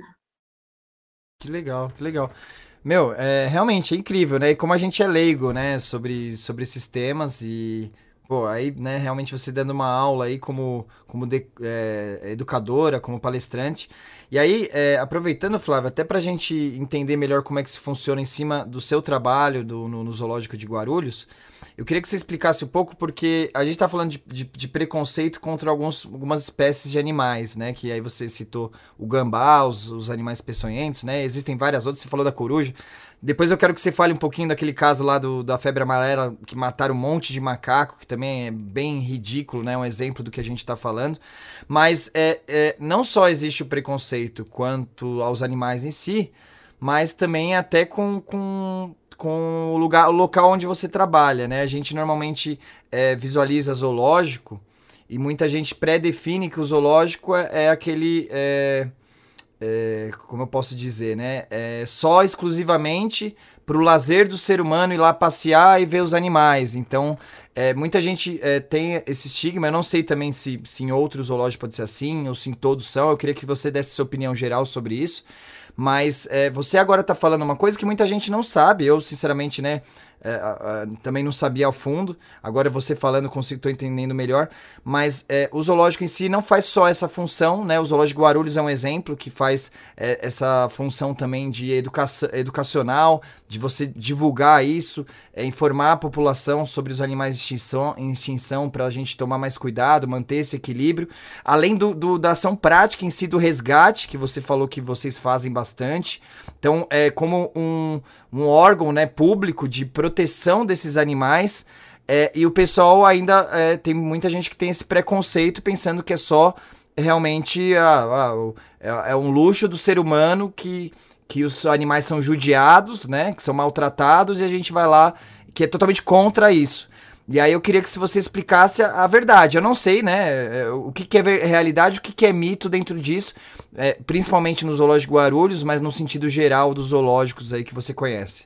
Que legal, que legal. Meu, é, realmente é incrível, né? E como a gente é leigo, né, sobre, sobre esses temas e, pô, aí, né, realmente você dando uma aula aí como, como de, é, educadora, como palestrante. E aí, é, aproveitando, Flávia, até pra gente entender melhor como é que se funciona em cima do seu trabalho do, no, no Zoológico de Guarulhos, eu queria que você explicasse um pouco, porque a gente tá falando de, de, de preconceito contra alguns, algumas espécies de animais, né? Que aí você citou o gambá, os, os animais peçonhentos, né? Existem várias outras, você falou da coruja. Depois eu quero que você fale um pouquinho daquele caso lá do, da febre amarela, que mataram um monte de macaco, que também é bem ridículo, né? Um exemplo do que a gente tá falando. Mas é, é, não só existe o preconceito quanto aos animais em si, mas também até com... com com o, lugar, o local onde você trabalha, né? A gente normalmente é, visualiza zoológico e muita gente pré-define que o zoológico é, é aquele... É, é, como eu posso dizer, né? É só exclusivamente para o lazer do ser humano ir lá passear e ver os animais. Então, é, muita gente é, tem esse estigma. Eu não sei também se, se em outros zoológicos pode ser assim ou se em todos são. Eu queria que você desse sua opinião geral sobre isso. Mas é, você agora tá falando uma coisa que muita gente não sabe. Eu, sinceramente, né, é, é, também não sabia ao fundo. Agora você falando, consigo, tô entendendo melhor. Mas é, o zoológico em si não faz só essa função, né? O Zoológico Guarulhos é um exemplo que faz é, essa função também de educação, educacional, de você divulgar isso, é, informar a população sobre os animais em extinção, em extinção para a gente tomar mais cuidado, manter esse equilíbrio. Além do, do, da ação prática em si, do resgate, que você falou que vocês fazem bastante. Então, é como um, um órgão, né, público de proteção desses animais. É, e o pessoal ainda é, tem muita gente que tem esse preconceito pensando que é só realmente ah, ah, é, é um luxo do ser humano que, que os animais são judiados, né, que são maltratados e a gente vai lá, que é totalmente contra isso. E aí eu queria que se você explicasse a, a verdade. Eu não sei, né, o que, que é realidade, o que, que é mito dentro disso, é, principalmente no Zoológico Guarulhos, mas no sentido geral dos zoológicos aí que você conhece.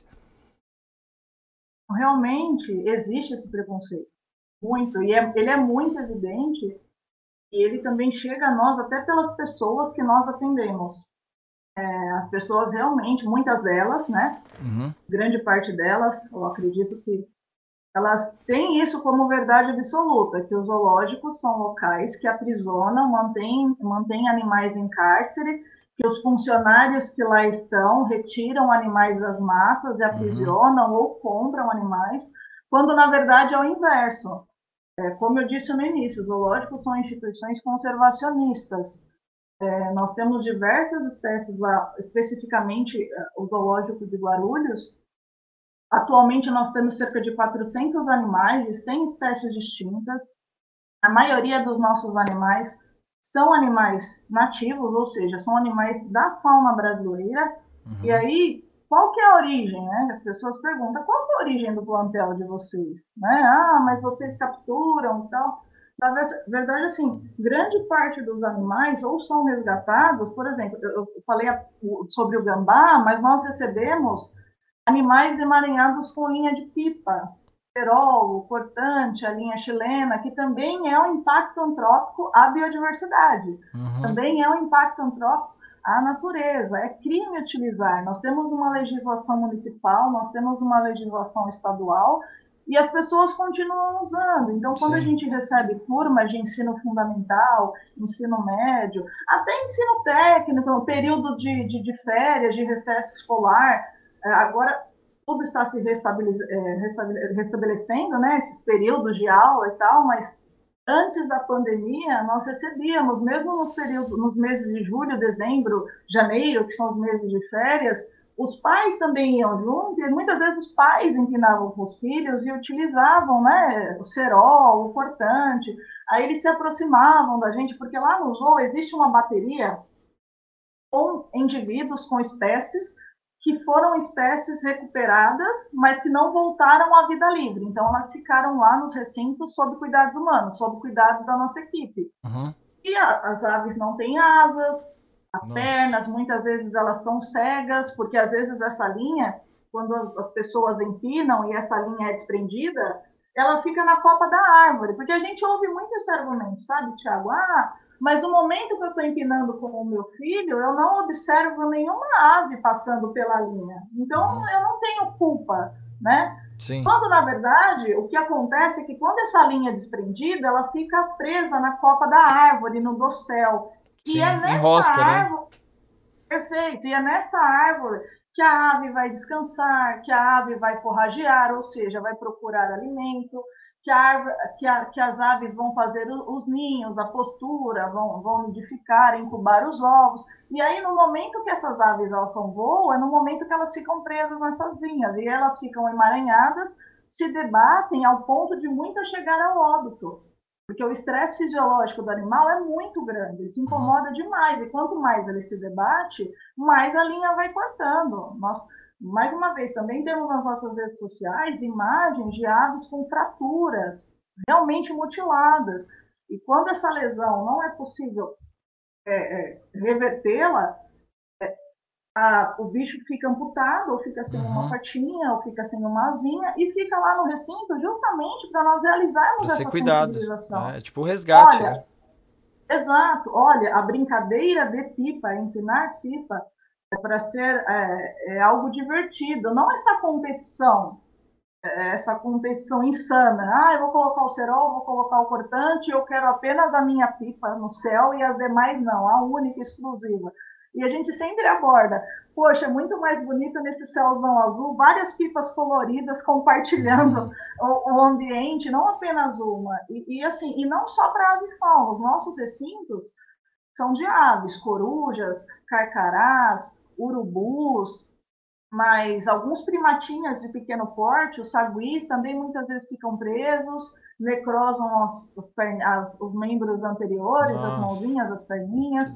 Realmente existe esse preconceito, muito, e é, ele é muito evidente, e ele também chega a nós até pelas pessoas que nós atendemos. É, as pessoas realmente, muitas delas, né, uhum. grande parte delas, eu acredito que elas têm isso como verdade absoluta, que os zoológicos são locais que aprisionam, mantêm, mantêm animais em cárcere, que os funcionários que lá estão retiram animais das matas e aprisionam uhum. ou compram animais, quando na verdade é o inverso. É, como eu disse no início, os zoológicos são instituições conservacionistas. É, nós temos diversas espécies lá, especificamente o zoológico de Guarulhos. Atualmente nós temos cerca de quatrocentos animais de cem espécies distintas. A maioria dos nossos animais são animais nativos, ou seja, são animais da fauna brasileira. Uhum. E aí, qual que é a origem, né? As pessoas perguntam, qual que é a origem do plantel de vocês? Né? Ah, mas vocês capturam e tal. Na verdade, assim, grande parte dos animais ou são resgatados, por exemplo, eu falei sobre o gambá, mas nós recebemos animais emaranhados com linha de pipa, cerol, cortante, a linha chilena, que também é um impacto antrópico à biodiversidade, uhum. também é um impacto antrópico à natureza. É crime utilizar. Nós temos uma legislação municipal, nós temos uma legislação estadual, e as pessoas continuam usando. Então, quando Sim. a gente recebe turmas de ensino fundamental, ensino médio, até ensino técnico, período de, de, de férias, de recesso escolar, agora tudo está se restabelecendo, né, esses períodos de aula e tal, mas antes da pandemia nós recebíamos, mesmo nos períodos, nos meses de julho, dezembro, janeiro, que são os meses de férias, os pais também iam junto, e muitas vezes os pais empinavam com os filhos e utilizavam, né, o cerol, o cortante. Aí eles se aproximavam da gente, porque lá no zoo existe uma bateria com indivíduos, com espécies, que foram espécies recuperadas, mas que não voltaram à vida livre. Então, elas ficaram lá nos recintos sob cuidados humanos, sob cuidado da nossa equipe. Uhum. E a, as aves não têm asas, as Nossa. pernas, muitas vezes elas são cegas, porque às vezes essa linha, quando as, as pessoas empinam e essa linha é desprendida, ela fica na copa da árvore. Porque a gente ouve muito esse argumento, sabe, Tiago? Ah, mas no momento que eu estou empinando com o meu filho, eu não observo nenhuma ave passando pela linha. Então, uhum. eu não tenho culpa, né? Sim. Quando, na verdade, o que acontece é que quando essa linha é desprendida, ela fica presa na copa da árvore, no dossel. Sim, e é nesta enrosca, árvore... né? Perfeito. E é nesta árvore que a ave vai descansar, que a ave vai forragear, ou seja, vai procurar alimento, que, a árvore, que, a, que as aves vão fazer os ninhos, a postura, vão, vão nidificar, incubar os ovos. E aí, no momento que essas aves alçam voo, é no momento que elas ficam presas nessas linhas. E elas ficam emaranhadas, se debatem ao ponto de muitas chegar ao óbito. Porque o estresse fisiológico do animal é muito grande, ele se incomoda demais. E quanto mais ele se debate, mais a linha vai cortando. Nós, mais uma vez, também temos nas nossas redes sociais imagens de aves com fraturas, realmente mutiladas. E quando essa lesão não é possível é, é, revertê-la, é, a, o bicho fica amputado, ou fica sem uhum. uma patinha, ou fica sem uma asinha, e fica lá no recinto justamente para nós realizarmos pra essa ser cuidado, sensibilização. né? É tipo o resgate, olha, né? Exato. Olha, a brincadeira de pipa, empinar pipa, é para ser é, é algo divertido, não essa competição, é essa competição insana. Ah, eu vou colocar o cerol, vou colocar o cortante, eu quero apenas a minha pipa no céu e as demais não, a única, exclusiva. E a gente sempre aborda, poxa, é muito mais bonito nesse céuzão azul, várias pipas coloridas compartilhando uhum. o, o ambiente, não apenas uma. E, e assim, e não só para ave e fauna, os nossos recintos são de aves, corujas, carcarás, urubus, mas alguns primatinhas de pequeno porte, os saguis, também muitas vezes ficam presos, necrosam as, as as, os membros anteriores, Nossa. As mãozinhas, as perninhas,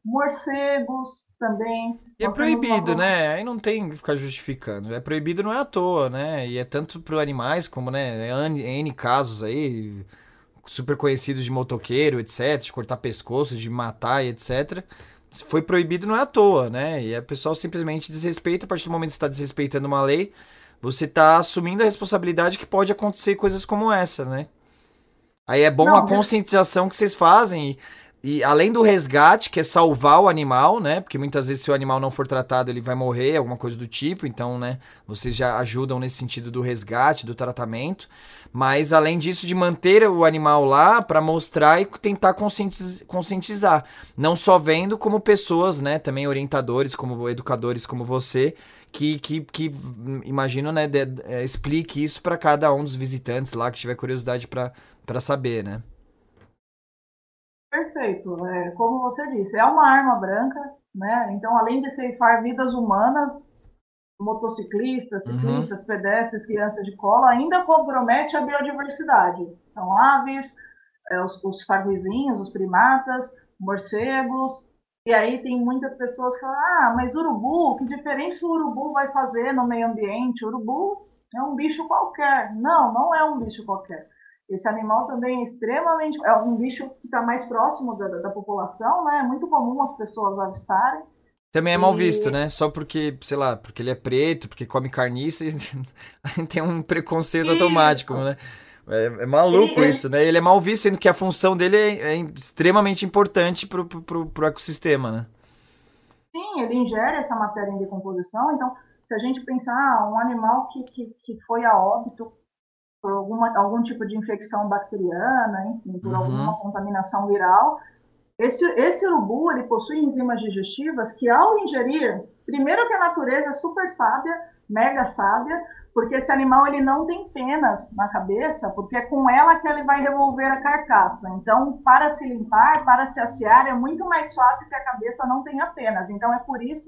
morcegos também. E é proibido, uma... né? Aí não tem que ficar justificando. É proibido, não é à toa, né? E é tanto para animais como, né? N, N casos aí, super conhecidos de motoqueiro, etcétera, de cortar pescoço, de matar e etcétera. Foi proibido, não é à toa, né? E a pessoa simplesmente desrespeita. A partir do momento que você está desrespeitando uma lei, você está assumindo a responsabilidade que pode acontecer coisas como essa, né? Aí é bom não, a conscientização que vocês fazem e, e além do resgate, que é salvar o animal, né? Porque muitas vezes se o animal não for tratado, ele vai morrer, alguma coisa do tipo. Então, né? Vocês já ajudam nesse sentido do resgate, do tratamento. Mas, além disso, de manter o animal lá para mostrar e tentar conscientiz- conscientizar. Não só vendo, como pessoas, né? Também orientadores, como educadores como você, que, que, que imagino, né? De, de, explique isso para cada um dos visitantes lá que tiver curiosidade para saber, né? Perfeito. É, como você disse, é uma arma branca, né? Então, além de ceifar vidas humanas, motociclistas, ciclistas, uhum. pedestres, crianças de cola, ainda compromete a biodiversidade. Então, aves, é, os, os saguizinhos, os primatas, morcegos, e aí tem muitas pessoas que falam, ah, mas urubu, que diferença o urubu vai fazer no meio ambiente? O urubu é um bicho qualquer. Não, não é um bicho qualquer. Esse animal também é extremamente, é um bicho que está mais próximo da, da população, né? É muito comum as pessoas avistarem. Também é mal visto, né? Só porque, sei lá, porque ele é preto, porque come carniça, e tem um preconceito isso. automático, né? É, é maluco ele, isso, né? Ele é mal visto, sendo que a função dele é, é extremamente importante pro, pro, pro ecossistema, né? Sim, ele ingere essa matéria em decomposição. Então, se a gente pensar, ah, um animal que, que, que foi a óbito por alguma, algum tipo de infecção bacteriana, enfim, por uhum. alguma contaminação viral, Esse, esse urubu, ele possui enzimas digestivas que, ao ingerir, primeiro que a natureza é super sábia, mega sábia, porque esse animal ele não tem penas na cabeça, porque é com ela que ele vai revolver a carcaça. Então, para se limpar, para se assear, é muito mais fácil que a cabeça não tenha penas. Então, é por isso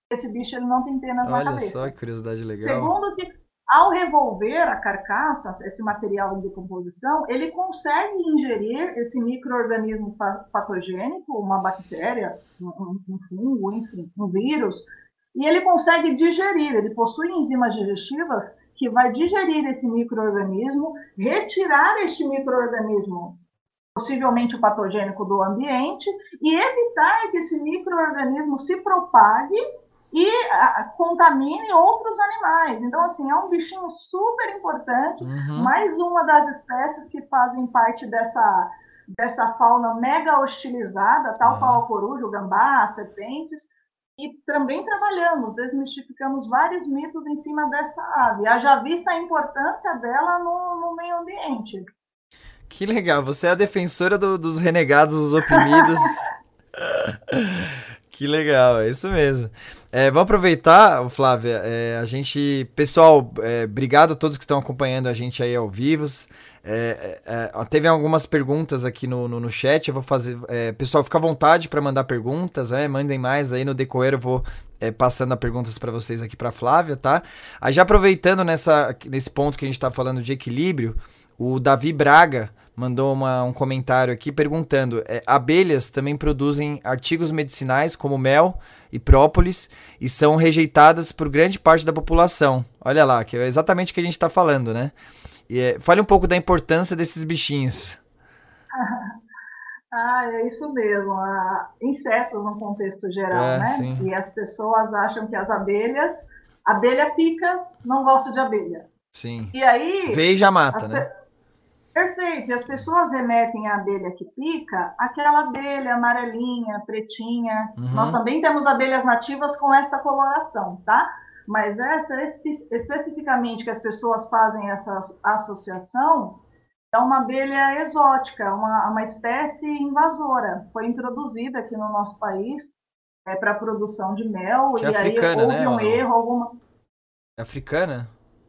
esse bicho ele não tem penas Olha na cabeça. Só que curiosidade legal. Segundo que, ao revolver a carcaça, esse material em decomposição, ele consegue ingerir esse micro-organismo patogênico, uma bactéria, um, um fungo, enfim, um vírus, e ele consegue digerir, ele possui enzimas digestivas que vai digerir esse micro-organismo, retirar este micro-organismo, possivelmente o patogênico, do ambiente, e evitar que esse micro-organismo se propague e a, contamine outros animais. Então, assim, é um bichinho super importante, uhum. mais uma das espécies que fazem parte dessa, dessa fauna mega hostilizada, tal uhum. qual a coruja, o gambá, as serpentes, e também trabalhamos, desmistificamos vários mitos em cima dessa ave, haja vista a importância dela no, no meio ambiente. Que legal, você é a defensora do, dos renegados, dos oprimidos. Que legal, é isso mesmo. É, vamos aproveitar, Flávia, é, a gente... Pessoal, é, obrigado a todos que estão acompanhando a gente aí ao vivo. É, é, teve algumas perguntas aqui no, no, no chat, eu vou fazer... É, pessoal, fica à vontade para mandar perguntas, né? Mandem mais aí no decorrer, eu vou é, passando as perguntas para vocês aqui para Flávia, tá? Aí já aproveitando nessa, nesse ponto que a gente está falando de equilíbrio, o Davi Braga mandou uma, um comentário aqui perguntando: é, abelhas também produzem artigos medicinais como mel e própolis e são rejeitadas por grande parte da população. Olha lá, que é exatamente o que a gente está falando, né? E, é, fale um pouco da importância desses bichinhos. Ah, é isso mesmo. Ah, insetos no contexto geral, é, né? Sim. E as pessoas acham que as abelhas... Abelha pica, não gosto de abelha. Sim. E aí... Vê e já mata, né? Pe... Perfeito. E as pessoas remetem a abelha que pica aquela abelha amarelinha, pretinha. Uhum. Nós também temos abelhas nativas com esta coloração, tá? Mas essa espe- especificamente que as pessoas fazem essa associação é uma abelha exótica, uma, uma espécie invasora. Foi introduzida aqui no nosso país é, para a produção de mel. Que e é africana, aí houve né, um erro, alguma... É africana?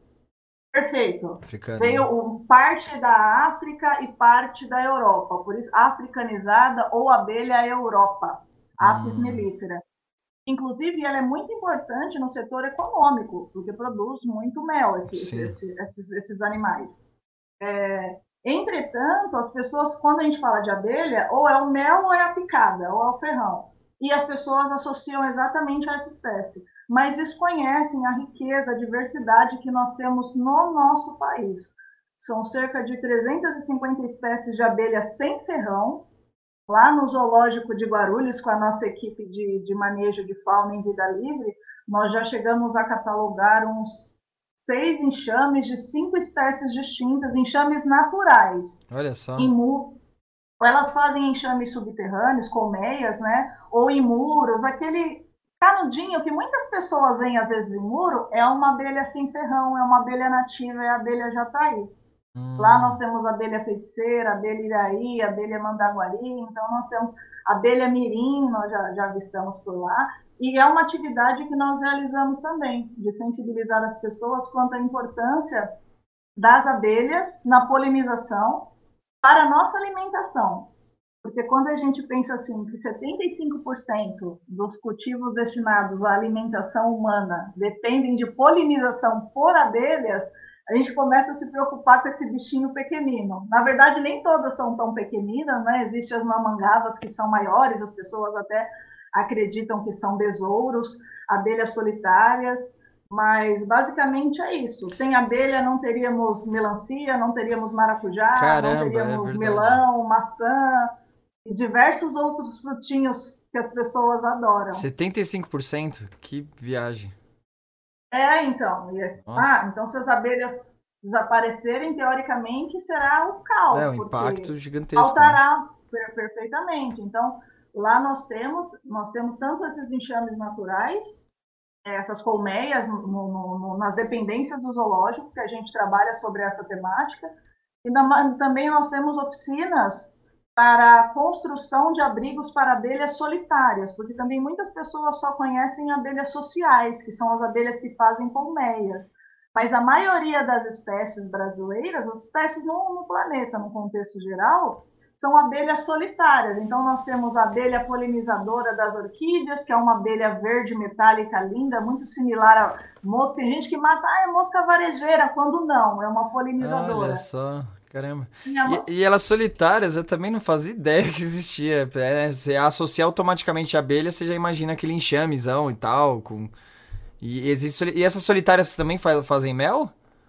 Perfeito. Africana. Veio parte da África e parte da Europa, por isso africanizada ou abelha Europa, Apis hum. mellifera. Inclusive, ela é muito importante no setor econômico, porque produz muito mel, esses, esses, esses, esses animais. É, entretanto, as pessoas, quando a gente fala de abelha, ou é o mel ou é a picada, ou é o ferrão. E as pessoas associam exatamente a essa espécie, mas desconhecem a riqueza, a diversidade que nós temos no nosso país. São cerca de trezentas e cinquenta espécies de abelhas sem ferrão. Lá no Zoológico de Guarulhos, com a nossa equipe de, de manejo de fauna em vida livre, nós já chegamos a catalogar uns seis enxames de cinco espécies distintas, enxames naturais. Olha só. Em mu- Elas fazem enxames subterrâneos, colmeias, né? Ou em muros. Aquele canudinho que muitas pessoas veem às vezes em muro é uma abelha sem ferrão, é uma abelha nativa, é a abelha jataí. Hum. Lá nós temos abelha feiticeira, abelha iraí, abelha mandaguari, então nós temos abelha mirim, nós já, já avistamos por lá, e é uma atividade que nós realizamos também, de sensibilizar as pessoas quanto à importância das abelhas na polinização para a nossa alimentação. Porque quando a gente pensa assim, que setenta e cinco por cento dos cultivos destinados à alimentação humana dependem de polinização por abelhas, a gente começa a se preocupar com esse bichinho pequenino. Na verdade, nem todas são tão pequeninas, né? Existem as mamangavas que são maiores, as pessoas até acreditam que são besouros, abelhas solitárias, mas basicamente é isso. Sem abelha não teríamos melancia, não teríamos maracujá, Caramba, não teríamos é melão, maçã e diversos outros frutinhos que as pessoas adoram. setenta e cinco por cento? Que viagem. É, então. E, ah, então se as abelhas desaparecerem, teoricamente, será o caos. É, um impacto gigantesco. Faltará né? perfeitamente. Então, lá nós temos, nós temos tanto esses enxames naturais, essas colmeias no, no, no, nas dependências do zoológico, que a gente trabalha sobre essa temática, e na, também nós temos oficinas para a construção de abrigos para abelhas solitárias, porque também muitas pessoas só conhecem abelhas sociais, que são as abelhas que fazem colmeias. Mas a maioria das espécies brasileiras, as espécies no, no planeta, no contexto geral, são abelhas solitárias. Então, nós temos a abelha polinizadora das orquídeas, que é uma abelha verde metálica linda, muito similar à mosca. Tem gente que mata, ah, é mosca varejeira, quando não, é uma polinizadora. Olha só, caramba. Minha... E, e elas solitárias, eu também não fazia ideia que existia. É, você associa automaticamente a abelha, você já imagina aquele enxamezão e tal. Com... E, existe, e essas solitárias também faz, fazem mel?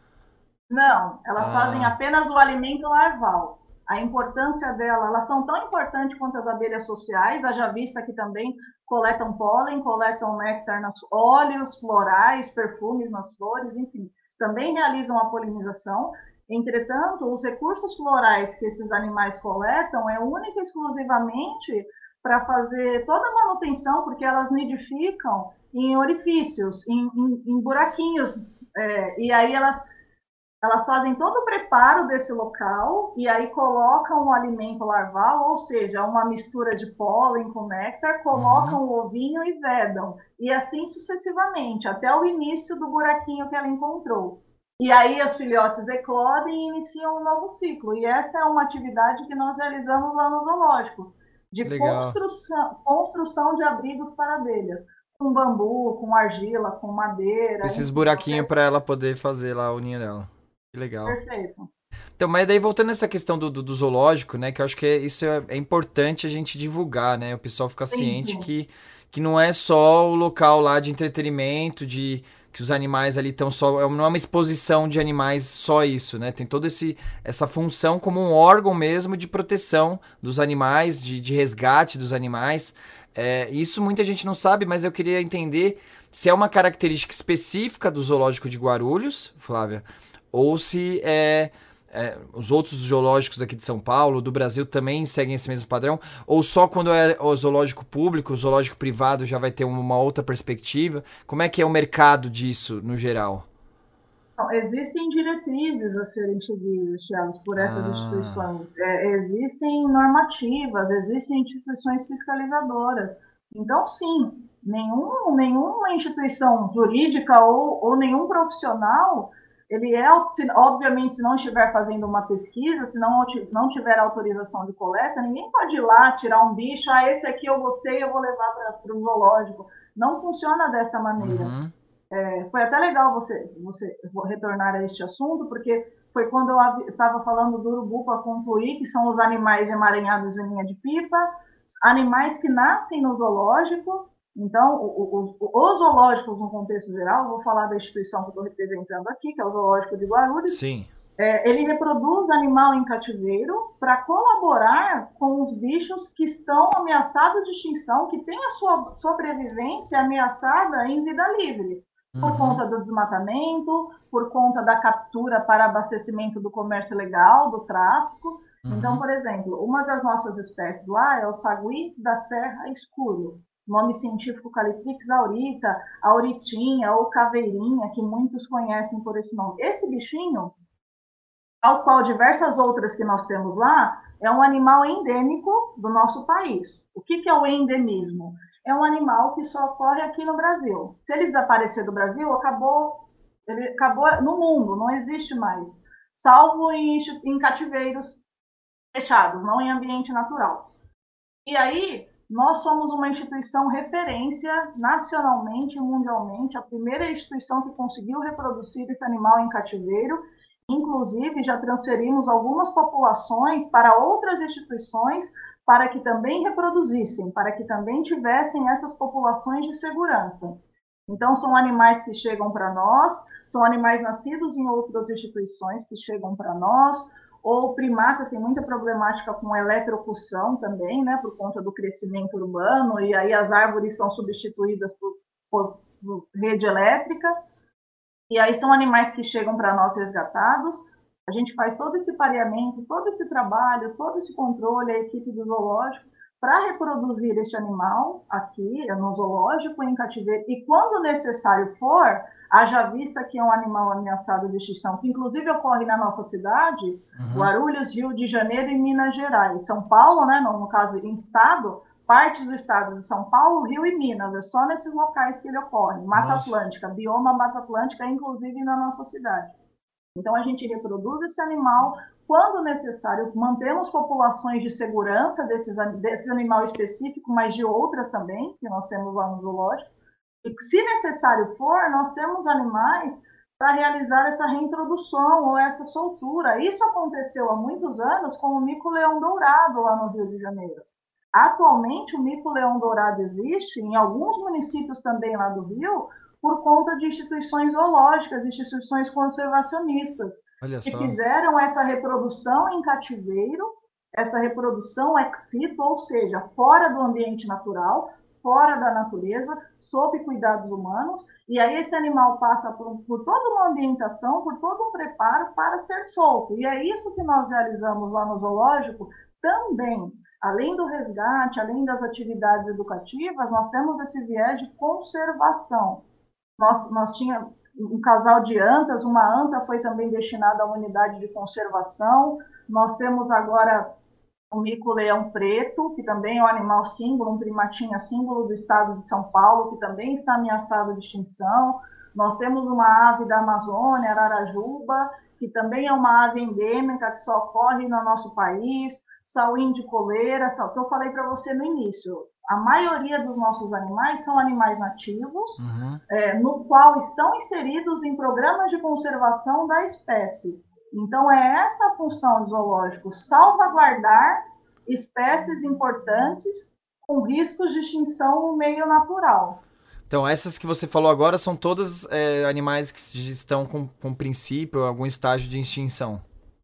Não, elas Ah. fazem apenas o alimento larval. A importância dela, elas são tão importantes quanto as abelhas sociais, haja vista que também coletam pólen, coletam néctar, nas óleos florais, perfumes nas flores, enfim, também realizam a polinização. Entretanto, os recursos florais que esses animais coletam é única e exclusivamente para fazer toda a manutenção, porque elas nidificam em orifícios, em, em, em buraquinhos, é, e aí elas elas fazem todo o preparo desse local e aí colocam o alimento larval, ou seja, uma mistura de pólen com néctar, colocam uhum. o ovinho e vedam. E assim sucessivamente, até o início do buraquinho que ela encontrou. E aí as filhotes eclodem e iniciam um novo ciclo. E essa é uma atividade que nós realizamos lá no zoológico, de construção, construção de abrigos para abelhas. Com bambu, com argila, com madeira. Esses buraquinhos para ela poder fazer lá o ninho dela. Que legal. Perfeito. Então, mas daí voltando nessa questão do, do, do zoológico, né, que eu acho que é, isso é, é importante a gente divulgar, né, o pessoal ficar sim, ciente sim. que que não é só o local lá de entretenimento, de que os animais ali estão só, não é uma exposição de animais só isso, né, tem toda esse essa função como um órgão mesmo de proteção dos animais, de, de resgate dos animais. É, isso muita gente não sabe, mas eu queria entender se é uma característica específica do zoológico de Guarulhos, Flávia, ou se é, é, os outros zoológicos aqui de São Paulo, do Brasil, também seguem esse mesmo padrão, ou só quando é o zoológico público, o zoológico privado já vai ter uma outra perspectiva? Como é que é o mercado disso, no geral? Não, existem diretrizes a serem seguidas, Thiago, por essas ah. instituições. É, existem normativas, existem instituições fiscalizadoras. Então, sim, nenhum, nenhuma instituição jurídica ou, ou nenhum profissional... Ele é, obviamente, se não estiver fazendo uma pesquisa, se não, não tiver autorização de coleta, ninguém pode ir lá tirar um bicho, ah, esse aqui eu gostei, eu vou levar para o zoológico. Não funciona desta maneira. Uhum. É, foi até legal você, você retornar a este assunto, porque foi quando eu estava falando do urubu para concluir, que são os animais emaranhados em linha de pipa, animais que nascem no zoológico. Então, o, o, os zoológicos, no contexto geral, vou falar da instituição que eu estou representando aqui, que é o Zoológico de Guarulhos. Sim. É, ele reproduz animal em cativeiro para colaborar com os bichos que estão ameaçados de extinção, que têm a sua sobrevivência ameaçada em vida livre, por uhum. conta do desmatamento, por conta da captura para abastecimento do comércio ilegal, do tráfico. Uhum. Então, por exemplo, uma das nossas espécies lá é o sagui da serra escuro. Nome científico Calitrix aurita, auritinha ou caveirinha, que muitos conhecem por esse nome. Esse bichinho, tal qual diversas outras que nós temos lá, é um animal endêmico do nosso país. O que, que é o endemismo? É um animal que só ocorre aqui no Brasil. Se ele desaparecer do Brasil, acabou, ele acabou no mundo, não existe mais, salvo em, em cativeiros fechados, não em ambiente natural. E aí... Nós somos uma instituição referência nacionalmente e mundialmente, a primeira instituição que conseguiu reproduzir esse animal em cativeiro. Inclusive, já transferimos algumas populações para outras instituições para que também reproduzissem, para que também tivessem essas populações de segurança. Então, são animais que chegam para nós, são animais nascidos em outras instituições que chegam para nós, ou primatas têm muita problemática com eletrocução também, né, por conta do crescimento urbano, e aí as árvores são substituídas por, por, por rede elétrica, e aí são animais que chegam para nós resgatados. A gente faz todo esse pareamento, todo esse trabalho, todo esse controle, a equipe do zoológico, para reproduzir este animal aqui no zoológico, em cativeiro, e quando necessário for, haja vista que é um animal ameaçado de extinção, que inclusive ocorre na nossa cidade, uhum. Guarulhos, Rio de Janeiro e Minas Gerais. São Paulo, né, no, no caso em estado, partes do estado de São Paulo, Rio e Minas, é só nesses locais que ele ocorre. Mata nossa. Atlântica, bioma Mata Atlântica, inclusive na nossa cidade. Então a gente reproduz esse animal quando necessário, mantemos populações de segurança desses, desse animal específico, mas de outras também, que nós temos lá no zoológico. E se necessário for, nós temos animais para realizar essa reintrodução ou essa soltura. Isso aconteceu há muitos anos com o mico-leão dourado lá no Rio de Janeiro. Atualmente, o mico-leão dourado existe em alguns municípios também lá do Rio, por conta de instituições zoológicas, instituições conservacionistas, que fizeram essa reprodução em cativeiro, essa reprodução ex situ, ou seja, fora do ambiente natural, fora da natureza, sob cuidados humanos, e aí esse animal passa por, por toda uma ambientação, por todo um preparo para ser solto. E é isso que nós realizamos lá no zoológico também. Além do resgate, além das atividades educativas, nós temos esse viés de conservação. Nós, nós tínhamos um casal de antas, uma anta foi também destinada a uma unidade de conservação. Nós temos agora o mico-leão preto, que também é um animal símbolo, um primatinha símbolo do estado de São Paulo, que também está ameaçado de extinção. Nós temos uma ave da Amazônia, a ararajuba, que também é uma ave endêmica, que só ocorre no nosso país. Sauim de coleira, que eu falei para você no início. A maioria dos nossos animais são animais nativos, uhum. é, no qual estão inseridos em programas de conservação da espécie. Então, é essa a função do zoológico, salvaguardar espécies importantes com riscos de extinção no meio natural. Então, essas que você falou agora são todas é, animais que estão com, com princípio, algum estágio de extinção?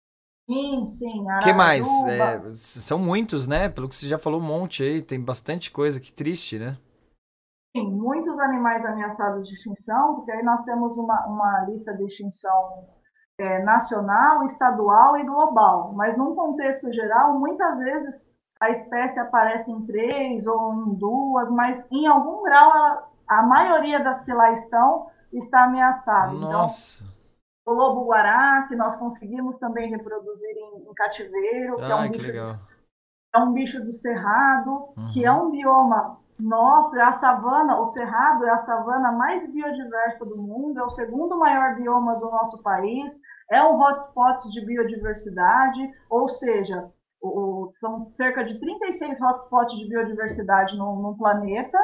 Sim, sim. O que mais? É, são muitos, né? Pelo que você já falou, um monte aí, tem bastante coisa, que triste, né? Sim, muitos animais ameaçados de extinção, porque aí nós temos uma, uma lista de extinção é, nacional, estadual e global. Mas num contexto geral, muitas vezes a espécie aparece em três ou em duas, mas em algum grau a, a maioria das que lá estão está ameaçada. Nossa! Então, o lobo-guará, que nós conseguimos também reproduzir em, em cativeiro, que, Ai, é, um que bicho legal. do, é um bicho do cerrado, uhum. que é um bioma nosso, é a savana, o cerrado é a savana mais biodiversa do mundo, é o segundo maior bioma do nosso país, é um hotspot de biodiversidade, ou seja, o, o, são cerca de trinta e seis hotspots de biodiversidade no, no planeta,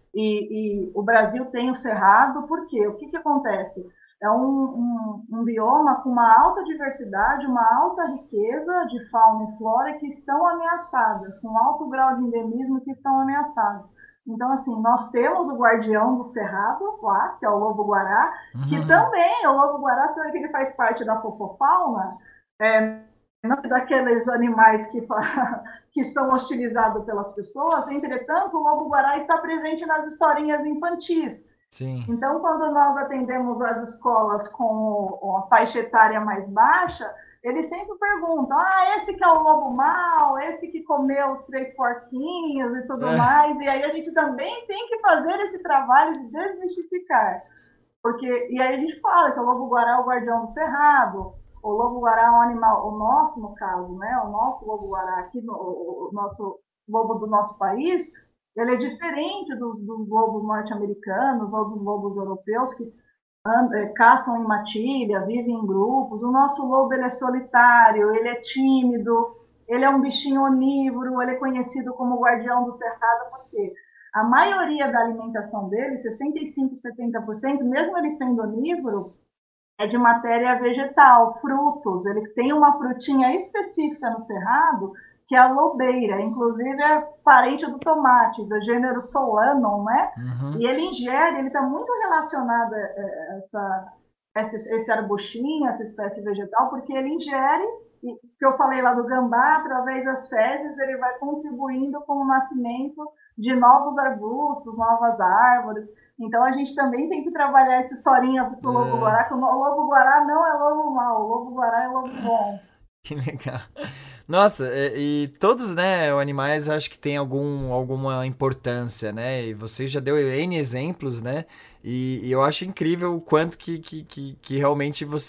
e, e o Brasil tem o cerrado. Por quê? O que, que acontece? É um, um, um bioma com uma alta diversidade, uma alta riqueza de fauna e flora que estão ameaçadas, com alto grau de endemismo que estão ameaçados. Então, assim, nós temos o guardião do cerrado lá, que é o lobo-guará, uhum. que também, o lobo-guará, sabe que ele faz parte da fofofauna, é, daqueles animais que, que são hostilizados pelas pessoas. Entretanto, o lobo-guará está presente nas historinhas infantis. Sim. Então, quando nós atendemos as escolas com a faixa etária mais baixa, eles sempre perguntam, ah, esse que é o lobo mau, esse que comeu os três porquinhos e tudo é. mais, e aí a gente também tem que fazer esse trabalho de desmistificar, porque, e aí a gente fala que o lobo-guará é o guardião do cerrado, o lobo-guará é um animal, o nosso, no caso, né, o nosso lobo-guará aqui, no, o nosso lobo do nosso país, ele é diferente dos, dos lobos norte-americanos ou dos lobos europeus que andam, é, caçam em matilha, vivem em grupos. O nosso lobo ele é solitário, ele é tímido, ele é um bichinho onívoro, ele é conhecido como guardião do cerrado, porque a maioria da alimentação dele, sessenta e cinco, setenta por cento, mesmo ele sendo onívoro, é de matéria vegetal, frutos. Ele tem uma frutinha específica no cerrado, que é a lobeira, inclusive é parente do tomate, do gênero Solanum, né? Uhum. E ele ingere, ele está muito relacionado a essa, esse, esse arbustinho, essa espécie vegetal, porque ele ingere, e que eu falei lá do gambá, através das fezes, ele vai contribuindo com o nascimento de novos arbustos, novas árvores. Então a gente também tem que trabalhar essa historinha do é. lobo-guará, que o lobo-guará não é lobo mau, o lobo-guará é lobo bom. Que legal. Nossa, e, e todos, né, animais acho que tem algum, alguma importância, né? E você já deu N exemplos, né? E, e eu acho incrível o quanto que, que, que, que realmente você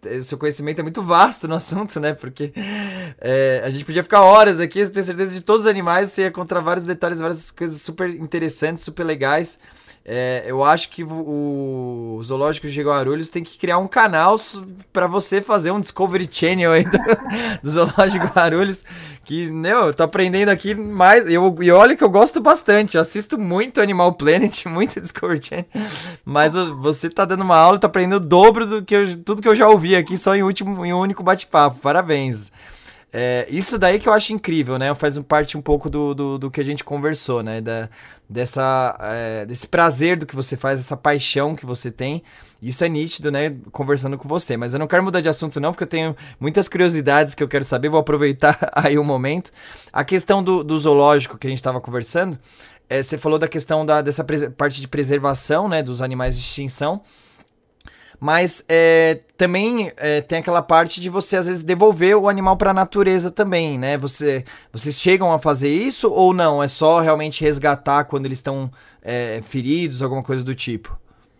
o seu conhecimento é muito vasto no assunto, né? Porque é, a gente podia ficar horas aqui, eu tenho certeza de todos os animais, você ia encontrar vários detalhes, várias coisas super interessantes, super legais. É, eu acho que o, o Zoológico de Guarulhos tem que criar um canal para você fazer um Discovery Channel aí do, do Zoológico de Guarulhos, que, meu, eu tô aprendendo aqui mais, eu, e olha que eu gosto bastante, eu assisto muito Animal Planet, muito Discovery Channel, mas você tá dando uma aula, tá aprendendo o dobro do que eu, tudo que eu já ouvi aqui, só em, último, em um único bate-papo, parabéns. É, isso daí que eu acho incrível, né? Faz parte um pouco do, do, do que a gente conversou, né? Da, dessa, é, desse prazer do que você faz, essa paixão que você tem. Isso é nítido, né? Conversando com você. Mas eu não quero mudar de assunto não, porque eu tenho muitas curiosidades que eu quero saber. Vou aproveitar aí o momento. A questão do, do zoológico que a gente estava conversando, é, você falou da questão da, dessa parte de preservação, né? Dos animais de extinção. Mas é, também é, tem aquela parte de você, às vezes, devolver o animal para a natureza também, né? Você, vocês chegam a fazer isso ou não? É só realmente resgatar quando eles estão é, feridos, alguma coisa do tipo?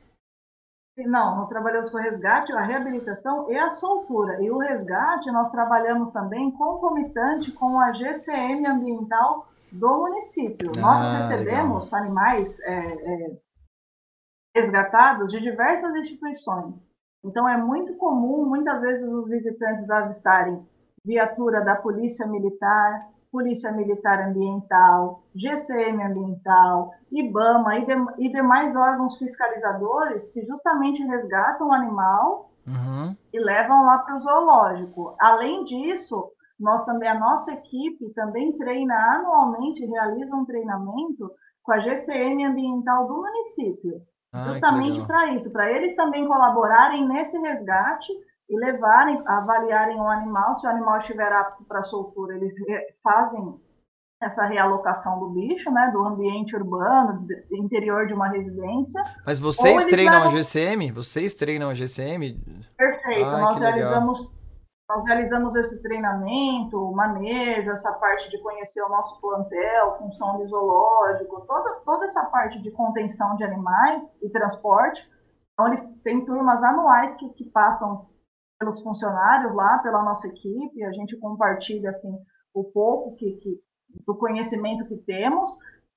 Não, nós trabalhamos com resgate, a reabilitação e a soltura. E o resgate nós trabalhamos também concomitante com a G C M ambiental do município. Ah, nós recebemos legal. animais... É, é, resgatados de diversas instituições. Então, é muito comum, muitas vezes, os visitantes avistarem viatura da Polícia Militar, Polícia Militar Ambiental, G C M Ambiental, IBAMA e, de, e demais órgãos fiscalizadores que justamente resgatam o animal uhum. e levam lá para o zoológico. Além disso, nós também, a nossa equipe também treina anualmente, realiza um treinamento com a G C M Ambiental do município. Ah, justamente para isso, para eles também colaborarem nesse resgate e levarem, avaliarem o animal, se o animal estiver apto para soltura, eles fazem essa realocação do bicho, né, do ambiente urbano, do interior de uma residência. Mas vocês treinam levam... a G C M? Vocês treinam a G C M? Perfeito, ah, nós realizamos... Nós realizamos esse treinamento, o manejo, essa parte de conhecer o nosso plantel, função de zoológico, toda, toda essa parte de contenção de animais e transporte. Então, eles têm turmas anuais que, que passam pelos funcionários lá, pela nossa equipe, a gente compartilha assim, o pouco que, que, do conhecimento que temos,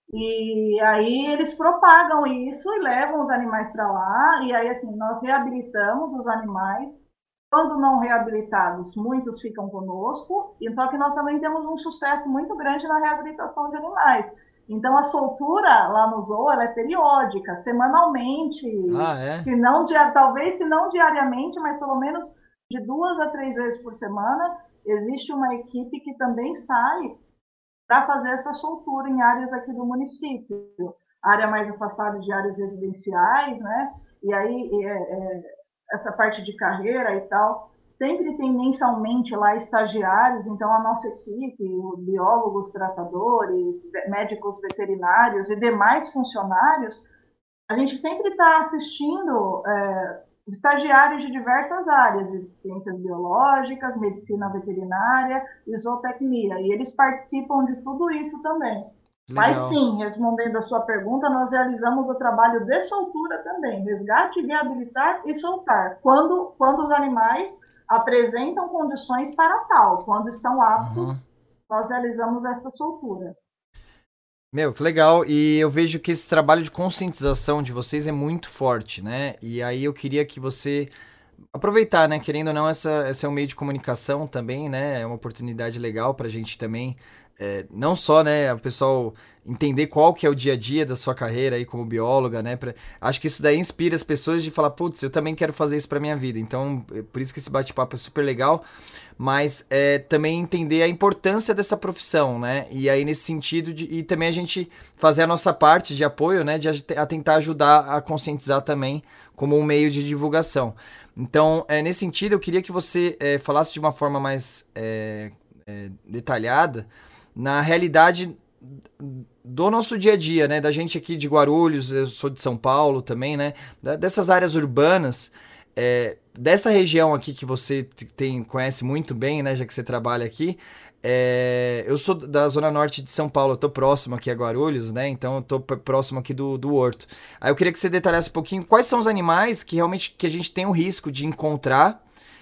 e aí eles propagam isso e levam os animais para lá, e aí assim, nós reabilitamos os animais. Quando não reabilitados, muitos ficam conosco, e só que nós também temos um sucesso muito grande na reabilitação de animais. Então, a soltura lá no zoo, ela é periódica, semanalmente, ah, é? se não, talvez se não diariamente, mas pelo menos de duas a três vezes por semana, existe uma equipe que também sai para fazer essa soltura em áreas aqui do município, área mais afastada de áreas residenciais, né? E aí... É, é, essa parte de carreira e tal, sempre tem mensalmente lá estagiários, então a nossa equipe, biólogos, tratadores, médicos veterinários e demais funcionários, a gente sempre está assistindo é, estagiários de diversas áreas, de ciências biológicas, medicina veterinária e zootecnia, e eles participam de tudo isso também. Legal. Mas sim, respondendo a sua pergunta, nós realizamos o trabalho de soltura também, resgate, reabilitar e soltar, quando, quando os animais apresentam condições para tal, quando estão aptos, uhum. nós realizamos esta soltura. Meu, que legal, e eu vejo que esse trabalho de conscientização de vocês é muito forte, né, e aí eu queria que você... aproveitar, né, querendo ou não, essa, esse é um meio de comunicação também, né, é uma oportunidade legal pra gente também... É, não só, né, o pessoal entender qual que é o dia a dia da sua carreira aí como bióloga, né, pra, acho que isso daí inspira as pessoas de falar, putz, eu também quero fazer isso pra minha vida, então, é por isso que esse bate-papo é super legal, mas é, também entender a importância dessa profissão, né, e aí nesse sentido, de, e também a gente fazer a nossa parte de apoio, né, de a, a tentar ajudar a conscientizar também como um meio de divulgação. Então, é, nesse sentido, eu queria que você é, falasse de uma forma mais é, é, detalhada na realidade do nosso dia a dia, né, da gente aqui de Guarulhos, eu sou de São Paulo também, né, dessas áreas urbanas, é, dessa região aqui que você tem, conhece muito bem, né, já que você trabalha aqui, é, eu sou da zona norte de São Paulo, eu tô próximo aqui a Guarulhos, né, então eu tô próximo aqui do, do Horto. Aí eu queria que você detalhasse um pouquinho quais são os animais que realmente que a gente tem o risco de encontrar,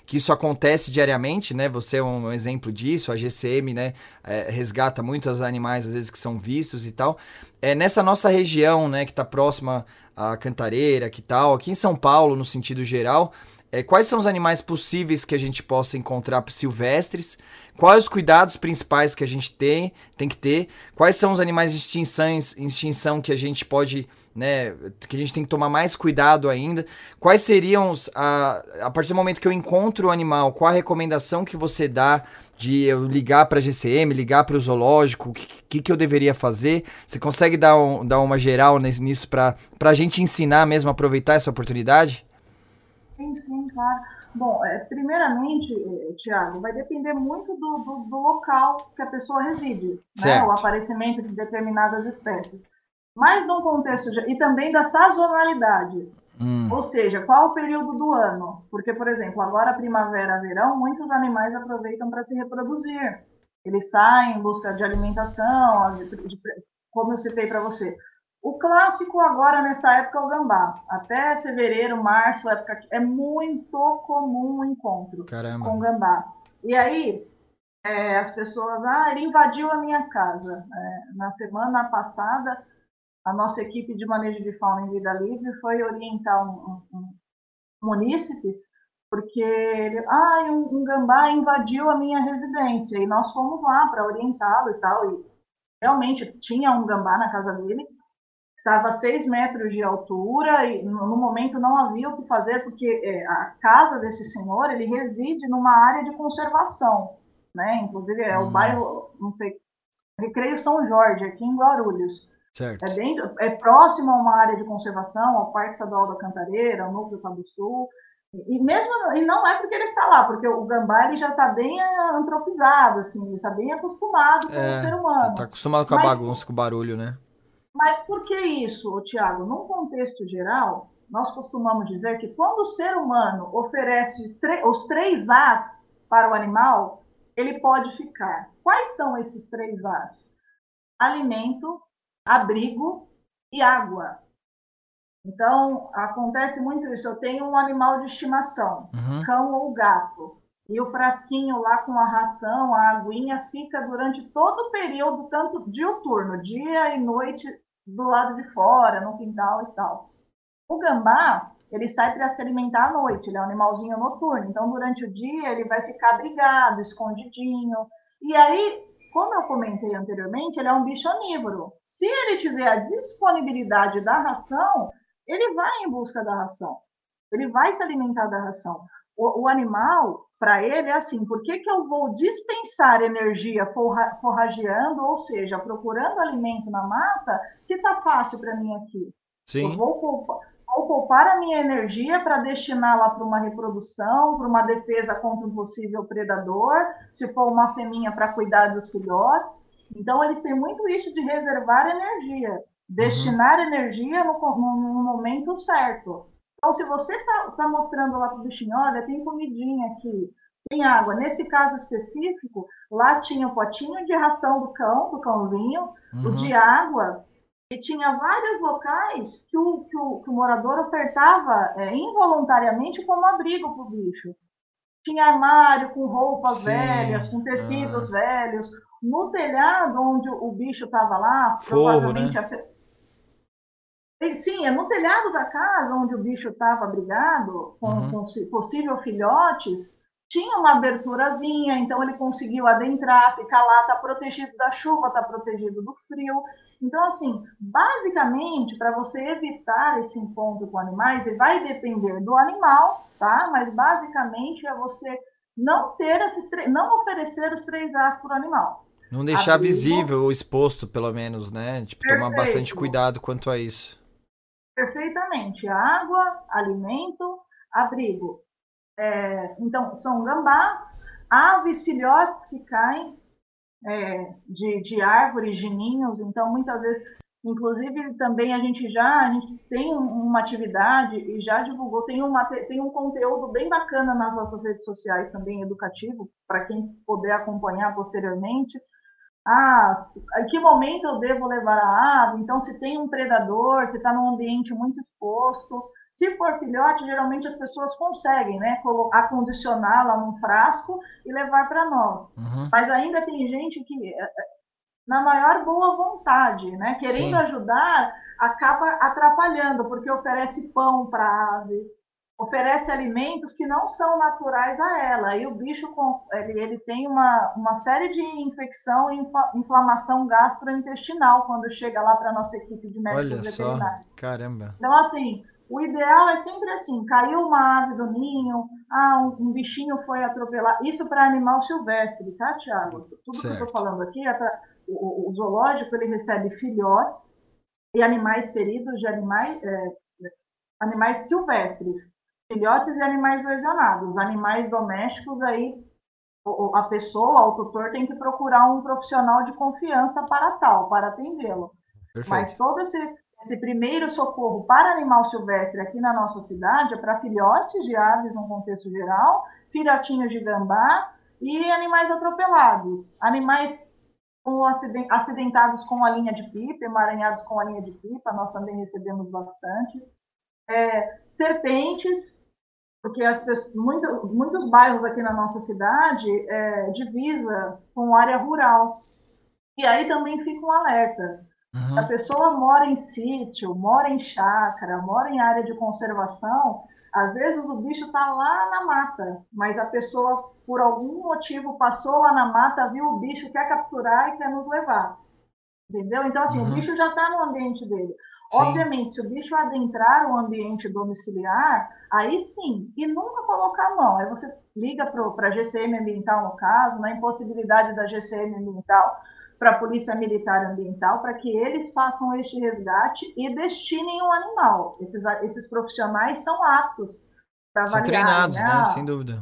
que isso acontece diariamente, né? Você é um exemplo disso, a G C M, né, é, resgata muitos animais, às vezes, que são vistos e tal. É, nessa nossa região, né, que está próxima à Cantareira, que tal, aqui em São Paulo, no sentido geral, é, quais são os animais possíveis que a gente possa encontrar silvestres? Quais os cuidados principais que a gente tem, tem que ter? Quais são os animais de extinções, extinção que a gente pode, né, que a gente tem que tomar mais cuidado ainda? Quais seriam, os, a, a partir do momento que eu encontro o animal, qual a recomendação que você dá de eu ligar para a G C M, ligar para o zoológico, o que, que, que eu deveria fazer? Você consegue dar, um, dar uma geral nisso para a gente ensinar mesmo, aproveitar essa oportunidade? Sim, sim, claro. Bom, é, primeiramente, Tiago, vai depender muito do, do, do local que a pessoa reside, né? O aparecimento de determinadas espécies. Mas num contexto, de, e também da sazonalidade, hum. Ou seja, qual o período do ano? Porque, por exemplo, agora primavera, verão, muitos animais aproveitam para se reproduzir. Eles saem em busca de alimentação, de, de, como eu citei para você. O clássico agora, nessa época, é o gambá. Até fevereiro, março, época é muito comum o encontro Caramba. com gambá. E aí, é, as pessoas, ah, ele invadiu a minha casa. É, na semana passada, a nossa equipe de manejo de fauna em vida livre foi orientar um, um, um munícipe, porque ele, ah, um, um gambá invadiu a minha residência. E nós fomos lá para orientá-lo e tal. E realmente tinha um gambá na casa dele. Estava a seis metros de altura e no momento não havia o que fazer, porque é, a casa desse senhor, ele reside numa área de conservação, né? Inclusive é o hum. bairro, não sei, Recreio São Jorge, aqui em Guarulhos. Certo. É, dentro, é próximo a uma área de conservação, ao Parque Estadual da Cantareira, ao Núcleo Cabo Sul. E, mesmo, e não é porque ele está lá, porque o gambá ele já está bem antropizado, assim, ele está bem acostumado com é, o ser humano. Está acostumado com a Mas, bagunça, com o barulho, né? Mas por que isso, Tiago? Num contexto geral, nós costumamos dizer que quando o ser humano oferece os três As para o animal, ele pode ficar. Quais são esses três As? Alimento, abrigo e água. Então, acontece muito isso. Eu tenho um animal de estimação, uhum. cão ou gato, e o frasquinho lá com a ração, a aguinha, fica durante todo o período, tanto diuturno, dia e noite, do lado de fora, no quintal e tal. O gambá, ele sai para se alimentar à noite, ele é um animalzinho noturno, então durante o dia ele vai ficar abrigado, escondidinho, e aí, como eu comentei anteriormente, ele é um bicho onívoro. Se ele tiver a disponibilidade da ração, ele vai em busca da ração, ele vai se alimentar da ração. O, o animal, para ele, é assim, por que, que eu vou dispensar energia forra, forrageando, ou seja, procurando alimento na mata, se está fácil para mim aqui? Sim. Eu vou poupar, vou poupar a minha energia para destiná-la para uma reprodução, para uma defesa contra um possível predador, se for uma fêmea para cuidar dos filhotes. Então, eles têm muito isso de reservar energia, destinar uhum. energia no, no, no momento certo. Então, se você está tá mostrando lá para o bichinho, olha, tem comidinha aqui, tem água. Nesse caso específico, lá tinha o potinho de ração do cão, do cãozinho, uhum. o de água, e tinha vários locais que o, que o, que o morador ofertava é, involuntariamente como abrigo para o bicho. Tinha armário com roupas Sim. velhas, com tecidos ah. velhos. No telhado onde o bicho estava lá, Forro, provavelmente... Né? A... Sim, é no telhado da casa onde o bicho estava abrigado, com, uhum. com possível filhotes, tinha uma aberturazinha, então ele conseguiu adentrar, ficar lá, está protegido da chuva, está protegido do frio. Então, assim, basicamente, para você evitar esse encontro com animais, e vai depender do animal, tá? Mas basicamente é você não ter esses não oferecer os três As para o animal. Não deixar Abrigo, visível ou exposto, pelo menos, né? Tipo, perfeito. Tomar bastante cuidado quanto a isso. Perfeitamente. Água, alimento, abrigo. É, então, são gambás, aves filhotes que caem é, de, de árvores, de ninhos. Então, muitas vezes, inclusive, também a gente já a gente tem uma atividade e já divulgou, tem, uma, tem um conteúdo bem bacana nas nossas redes sociais também, educativo, para quem puder acompanhar posteriormente, Ah, em que momento eu devo levar a ave? Então, se tem um predador, se está num ambiente muito exposto. Se for filhote, geralmente as pessoas conseguem, né, acondicioná-la num frasco e levar para nós. Uhum. Mas ainda tem gente que, na maior boa vontade, né, querendo Sim. ajudar, acaba atrapalhando, porque oferece pão para a ave, oferece alimentos que não são naturais a ela. E o bicho ele, ele tem uma, uma série de infecção e inflamação gastrointestinal quando chega lá para a nossa equipe de médicos veterinários. Olha só, caramba. Então, assim, o ideal é sempre assim, caiu uma ave do ninho, ah, um, um bichinho foi atropelado. Isso para animal silvestre, tá, Thiago? Tudo certo. Que eu estou falando aqui, é pra, o, o zoológico ele recebe filhotes e animais feridos de animais, é, animais silvestres. Filhotes e animais lesionados. Animais domésticos, aí a pessoa, o tutor, tem que procurar um profissional de confiança para tal, para atendê-lo. Mas todo esse, esse primeiro socorro para animal silvestre aqui na nossa cidade é para filhotes de aves, no contexto geral, filhotinhos de gambá e animais atropelados. Animais com acidentados com a linha de pipa, emaranhados com a linha de pipa, nós também recebemos bastante. É, serpentes, porque as pessoas, muito, muitos bairros aqui na nossa cidade é, divisa com área rural. E aí também fica um alerta. Uhum. A pessoa mora em sítio, mora em chácara, mora em área de conservação, às vezes o bicho está lá na mata, mas a pessoa, por algum motivo, passou lá na mata, viu o bicho, quer capturar e quer nos levar. Entendeu? Então, assim, uhum. o bicho já está no ambiente dele. Sim. Obviamente, se o bicho adentrar o ambiente domiciliar, aí sim, e nunca colocar a mão. Aí você liga para a G C M ambiental, no caso, na impossibilidade da G C M ambiental, para a Polícia Militar Ambiental, para que eles façam este resgate e destinem o animal. Esses, esses profissionais são aptos para São treinados, né? né? Sem dúvida.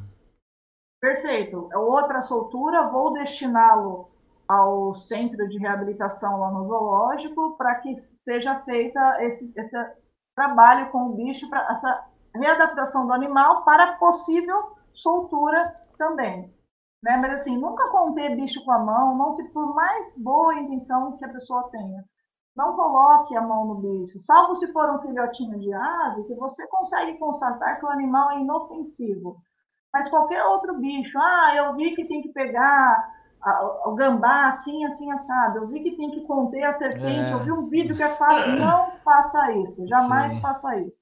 Perfeito. Outra soltura, vou destiná-lo ao centro de reabilitação lá no zoológico para que seja feita esse, esse trabalho com o bicho, para essa readaptação do animal para possível soltura também. Né? Mas assim, nunca conter bicho com a mão, não se por mais boa intenção que a pessoa tenha. Não coloque a mão no bicho, salvo se for um filhotinho de ave, que você consegue constatar que o animal é inofensivo. Mas qualquer outro bicho, ah, eu vi que tem que pegar o gambá assim, assim, assado, eu vi que tem que conter a serpente, é. eu vi um vídeo que é fácil, não faça isso, jamais Sim. faça isso.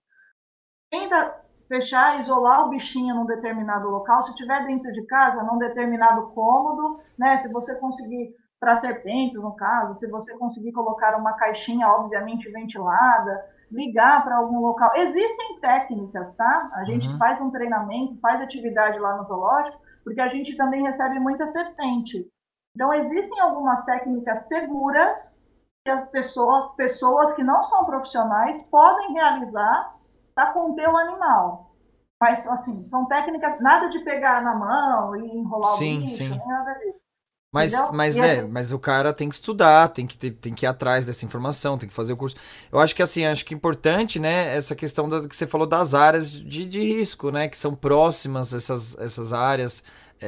Tenta fechar, isolar o bichinho num determinado local, se tiver dentro de casa, num determinado cômodo, né, se você conseguir, para serpentes no caso, se você conseguir colocar uma caixinha obviamente ventilada, ligar para algum local, existem técnicas, tá? A gente uhum. faz um treinamento, faz atividade lá no zoológico, porque a gente também recebe muita serpente. Então, existem algumas técnicas seguras que as pessoas, pessoas que não são profissionais podem realizar para conter o animal. Mas, assim, são técnicas, nada de pegar na mão e enrolar sim, o bicho, sim. nem nada disso. Mas, mas é, assim, mas o cara tem que estudar, tem que, ter, tem que ir atrás dessa informação, tem que fazer o curso. Eu acho que assim, acho que é importante, né, essa questão da, que você falou das áreas de, de risco, né, que são próximas essas, essas áreas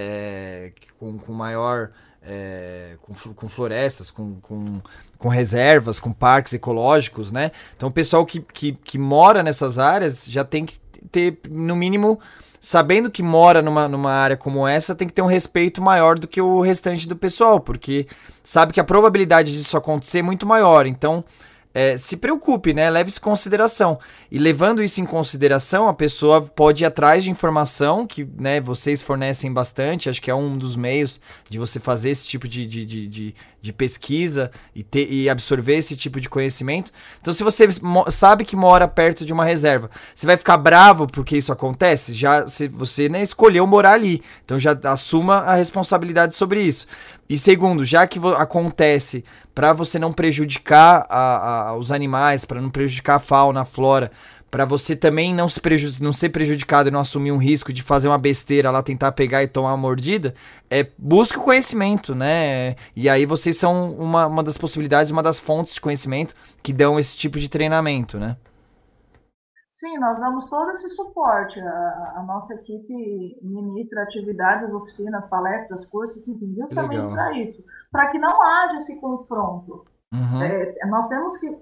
é, com, com maior, é, com, com florestas, com, com, com reservas, com parques ecológicos, né. Então o pessoal que, que, que mora nessas áreas já tem que ter, no mínimo, sabendo que mora numa, numa área como essa, tem que ter um respeito maior do que o restante do pessoal, porque sabe que a probabilidade disso acontecer é muito maior. Então, é, se preocupe, né? Leve isso em consideração. E levando isso em consideração, a pessoa pode ir atrás de informação, que, né, vocês fornecem bastante, acho que é um dos meios de você fazer esse tipo de, de, de, de, de pesquisa e, ter, e absorver esse tipo de conhecimento. Então, se você sabe que mora perto de uma reserva, você vai ficar bravo porque isso acontece? Já, se você, né, escolheu morar ali, então já assuma a responsabilidade sobre isso. E segundo, já que acontece, para você não prejudicar a, a, os animais, para não prejudicar a fauna, a flora, para você também não, se preju- não ser prejudicado e não assumir um risco de fazer uma besteira lá, tentar pegar e tomar uma mordida, é, busque o conhecimento, né? E aí vocês são uma, uma das possibilidades, uma das fontes de conhecimento que dão esse tipo de treinamento, né? Sim, nós damos todo esse suporte. A, a nossa equipe ministra atividades, oficinas, palestras, cursos, enfim, Que justamente legal. para isso, para que não haja esse confronto. Uhum. É, nós temos que,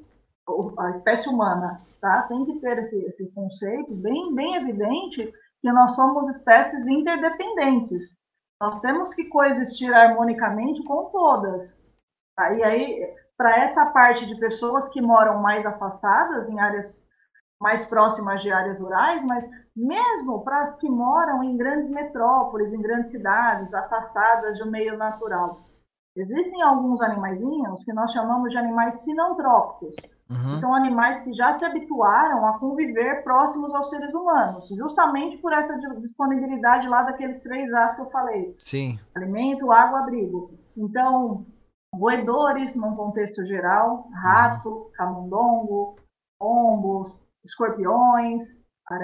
a espécie humana, tá, tem que ter esse, esse conceito bem, bem evidente que nós somos espécies interdependentes. Nós temos que coexistir harmonicamente com todas. Tá? E aí, para essa parte de pessoas que moram mais afastadas, em áreas mais próximas de áreas rurais, mas mesmo para as que moram em grandes metrópoles, em grandes cidades, afastadas do meio natural. Existem alguns animaizinhos que nós chamamos de animais sinantrópicos, que Uhum. são animais que já se habituaram a conviver próximos aos seres humanos, justamente por essa disponibilidade lá daqueles três As que eu falei: Sim. alimento, água, abrigo. Então, roedores, num contexto geral, Uhum. rato, camundongo, pombos, escorpiões,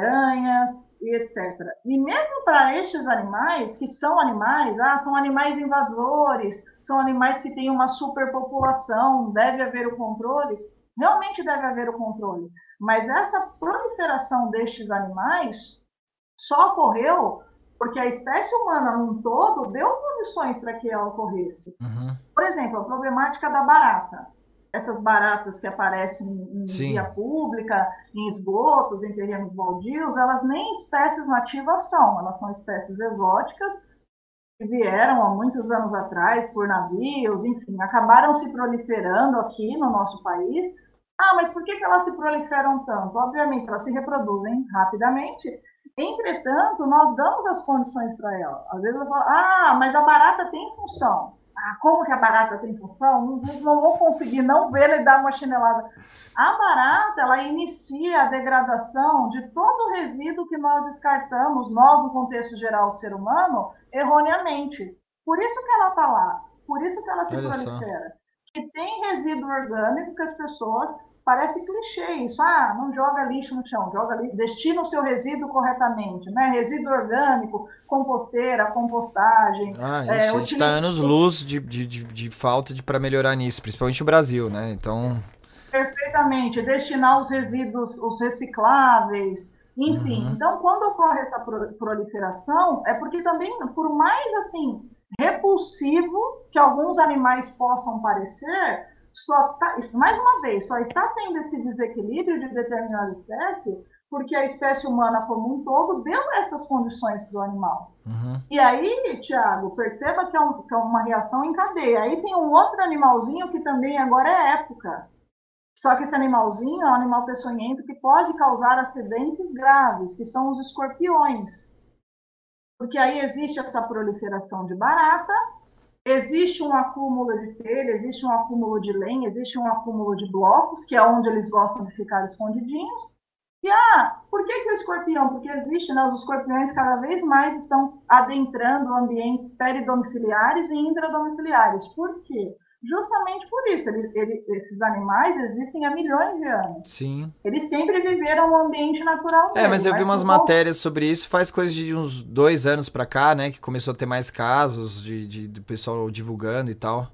aranhas e etcétera. E mesmo para estes animais, que são animais, ah, são animais invasores, são animais que têm uma superpopulação, deve haver o controle, realmente deve haver o controle. Mas essa proliferação destes animais só ocorreu porque a espécie humana num todo deu condições para que ela ocorresse. Uhum. Por exemplo, a problemática da barata. Essas baratas que aparecem em via Sim. pública, em esgotos, em terrenos baldios, elas nem espécies nativas são, elas são espécies exóticas que vieram há muitos anos atrás por navios, enfim, acabaram se proliferando aqui no nosso país. Ah, mas por que, que elas se proliferam tanto? Obviamente, elas se reproduzem rapidamente. Entretanto, nós damos as condições para elas. Às vezes eu falo, ah, mas a barata tem função. Ah, como que a barata tem função? Não, não vou conseguir não vê-la e dar uma chinelada. A barata, ela inicia a degradação de todo o resíduo que nós descartamos, nós, no contexto geral, o ser humano, erroneamente. Por isso que ela está lá. Por isso que ela se Olha só. prolifera. Que tem resíduo orgânico que as pessoas... Parece clichê isso. Ah, não joga lixo no chão, joga lixo, destina o seu resíduo corretamente, né? Resíduo orgânico, composteira, compostagem. Ah, É, isso. A gente tá utiliza anos-luz de, de, de, de falta de para melhorar nisso, principalmente o Brasil, né? Então. perfeitamente, destinar os resíduos, os recicláveis, enfim. Uhum. Então, quando ocorre essa proliferação, é porque também, por mais assim repulsivo que alguns animais possam parecer, só tá, mais uma vez, só está tendo esse desequilíbrio de determinada espécie porque a espécie humana como um todo deu estas condições para o animal. Uhum. E aí, Tiago, perceba que é, um, que é uma reação em cadeia. Aí tem um outro animalzinho que também agora é época. Só que esse animalzinho é um animal peçonhento que pode causar acidentes graves, que são os escorpiões. Porque aí existe essa proliferação de barata, existe um acúmulo de telha, existe um acúmulo de lenha, existe um acúmulo de blocos, que é onde eles gostam de ficar escondidinhos. E, ah, por que, que o escorpião? Porque existe, né, os escorpiões cada vez mais estão adentrando ambientes peridomiciliares e intradomiciliares. Por quê? Justamente por isso, ele, ele, esses animais existem há milhões de anos. Sim. Eles sempre viveram no ambiente natural É, dele. mas eu vi Mas umas por conta... matérias sobre isso faz coisa de uns dois anos pra cá, né? Que começou a ter mais casos de, de, de pessoal divulgando e tal.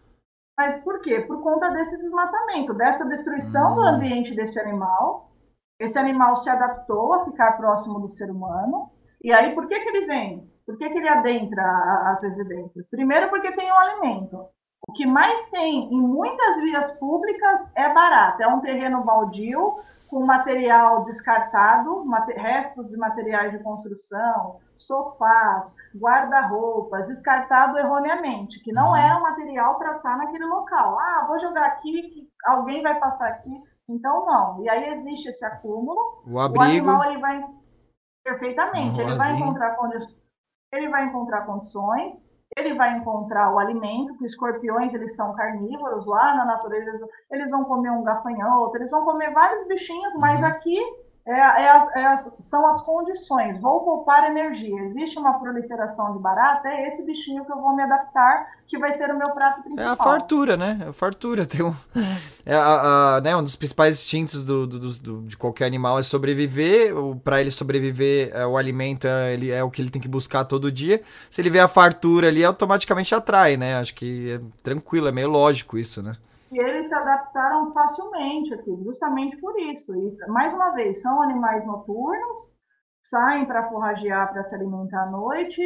Mas por quê? Por conta desse desmatamento, dessa destruição do Hum. ambiente desse animal. Esse animal se adaptou a ficar próximo do ser humano. E aí, por que, que ele vem? Por que, que ele adentra as residências? Primeiro, porque tem o alimento. O que mais tem em muitas vias públicas é barata. É um terreno baldio com material descartado, restos de materiais de construção, sofás, guarda-roupas, descartado erroneamente, que não Uhum. era um material para estar naquele local. Ah, vou jogar aqui, que alguém vai passar aqui. Então, não. E aí existe esse acúmulo. O O abrigo, animal, ele vai... Perfeitamente. um Ele vai rosinho. encontrar condições, ele vai encontrar condições, ele vai encontrar o alimento, que escorpiões, eles são carnívoros lá na natureza, eles vão comer um gafanhoto, eles vão comer vários bichinhos, mas Uhum. aqui é, é as, é as, são as condições. Vou poupar energia. Existe uma proliferação de barata, é esse bichinho que eu vou me adaptar, que vai ser o meu prato É a principal. fartura, né? É a fartura. Tem um, é a, a, né, um dos principais instintos do, do, do, do- de qualquer animal é sobreviver. Para ele sobreviver, é, o alimento é, ele, é o que ele tem que buscar todo dia. Se ele vê a fartura ali, automaticamente atrai, né? Acho que é tranquilo, é meio lógico isso, né? E eles se adaptaram facilmente aqui, justamente por isso. E, mais uma vez, são animais noturnos, saem para forragear, para se alimentar à noite,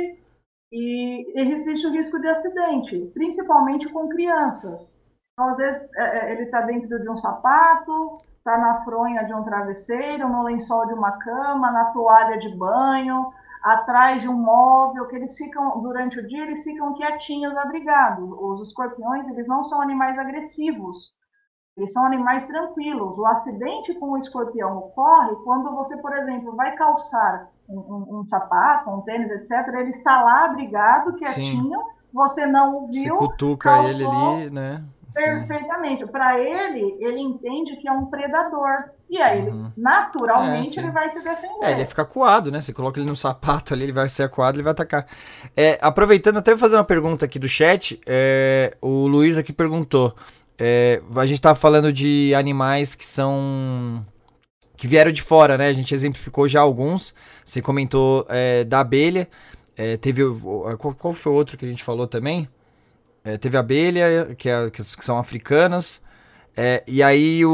e existe o risco de acidente, principalmente com crianças. Então, às vezes, ele está dentro de um sapato, está na fronha de um travesseiro, no lençol de uma cama, na toalha de banho, atrás de um móvel, que eles ficam, durante o dia, eles ficam quietinhos, abrigados. Os escorpiões, eles não são animais agressivos, eles são animais tranquilos. O acidente com o escorpião ocorre quando você, por exemplo, vai calçar um, um, um sapato, um tênis, etcétera. Ele está lá abrigado, quietinho, sim, você não o viu, você cutuca calçou, ele ali, né? Perfeitamente. Para ele, ele entende que é um predador. E aí, uhum, naturalmente, é, ele vai se defender. É, ele fica acuado, né? Você coloca ele no sapato ali, ele vai ser acuado, ele vai atacar. É, aproveitando, até vou fazer uma pergunta aqui do chat. É, o Luiz aqui perguntou. É, a gente tava falando de animais que são... que vieram de fora, né? A gente exemplificou já alguns. Você comentou é, da abelha. É, teve... Qual, qual foi o outro que a gente falou também? É, teve a abelha, que, é, que são africanas. É, e aí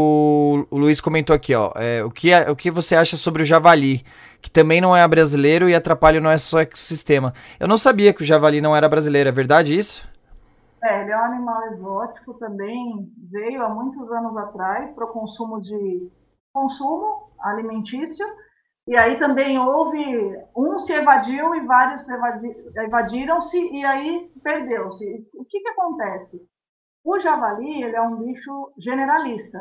o, o Luiz comentou aqui, ó. É, o, que, o que você acha sobre o javali? Que também não é brasileiro e atrapalha o nosso ecossistema. Eu não sabia que o javali não era brasileiro, é verdade isso? É, ele é um animal exótico também, veio há muitos anos atrás para o consumo de consumo alimentício, e aí também houve, um se evadiu e vários se evadi, evadiram-se, e aí perdeu-se. O que que acontece? O javali, ele é um bicho generalista,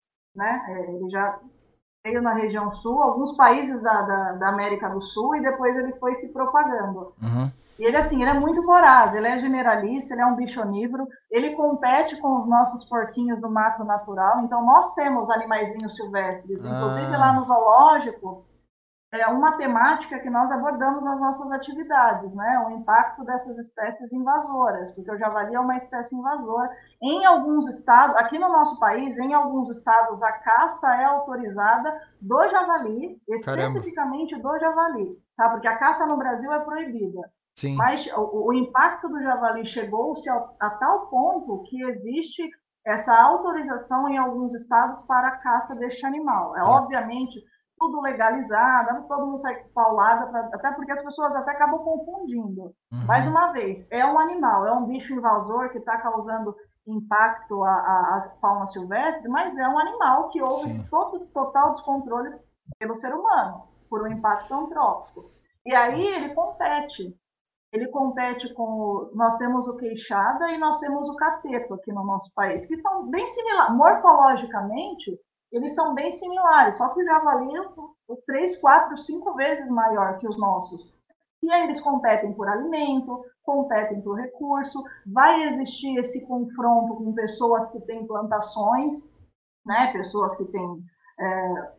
né? Ele já veio na região sul, alguns países da, da, da América do Sul, e depois ele foi se propagando. Uhum. E ele, assim, ele é muito voraz, ele é generalista, ele é um bicho onívoro, ele compete com os nossos porquinhos do mato natural, então nós temos animaizinhos silvestres, ah. inclusive lá no zoológico, é uma temática que nós abordamos nas nossas atividades, né? O impacto dessas espécies invasoras, porque o javali é uma espécie invasora. Em alguns estados, aqui no nosso país, em alguns estados, a caça é autorizada do javali, especificamente Caramba. do javali, tá? Porque a caça no Brasil é proibida. Sim. Mas o, o impacto do javali chegou-se a, a tal ponto que existe essa autorização em alguns estados para a caça deste animal. É, é. obviamente tudo legalizado, mas todo mundo sai paulada, pra, até porque as pessoas até acabam confundindo. Uhum. Mais uma vez, é um animal, é um bicho invasor que está causando impacto à fauna silvestre, mas é um animal que houve esse todo, total descontrole pelo ser humano, por um impacto antrópico. E aí ele compete. Ele compete com... Nós temos o queixada e nós temos o cateto aqui no nosso país, que são bem similares. Morfologicamente, eles são bem similares, só que o javali é três, quatro, cinco vezes maior que os nossos. E aí eles competem por alimento, competem por recurso, vai existir esse confronto com pessoas que têm plantações, né, pessoas que têm é,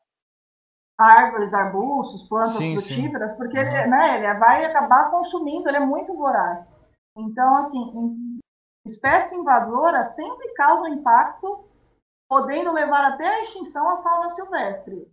árvores, arbustos, plantas sim, frutíferas, sim. porque uhum. ele, né, ele vai acabar consumindo, ele é muito voraz. Então, assim, espécie invasora sempre causa impacto, podendo levar até a extinção à fauna silvestre.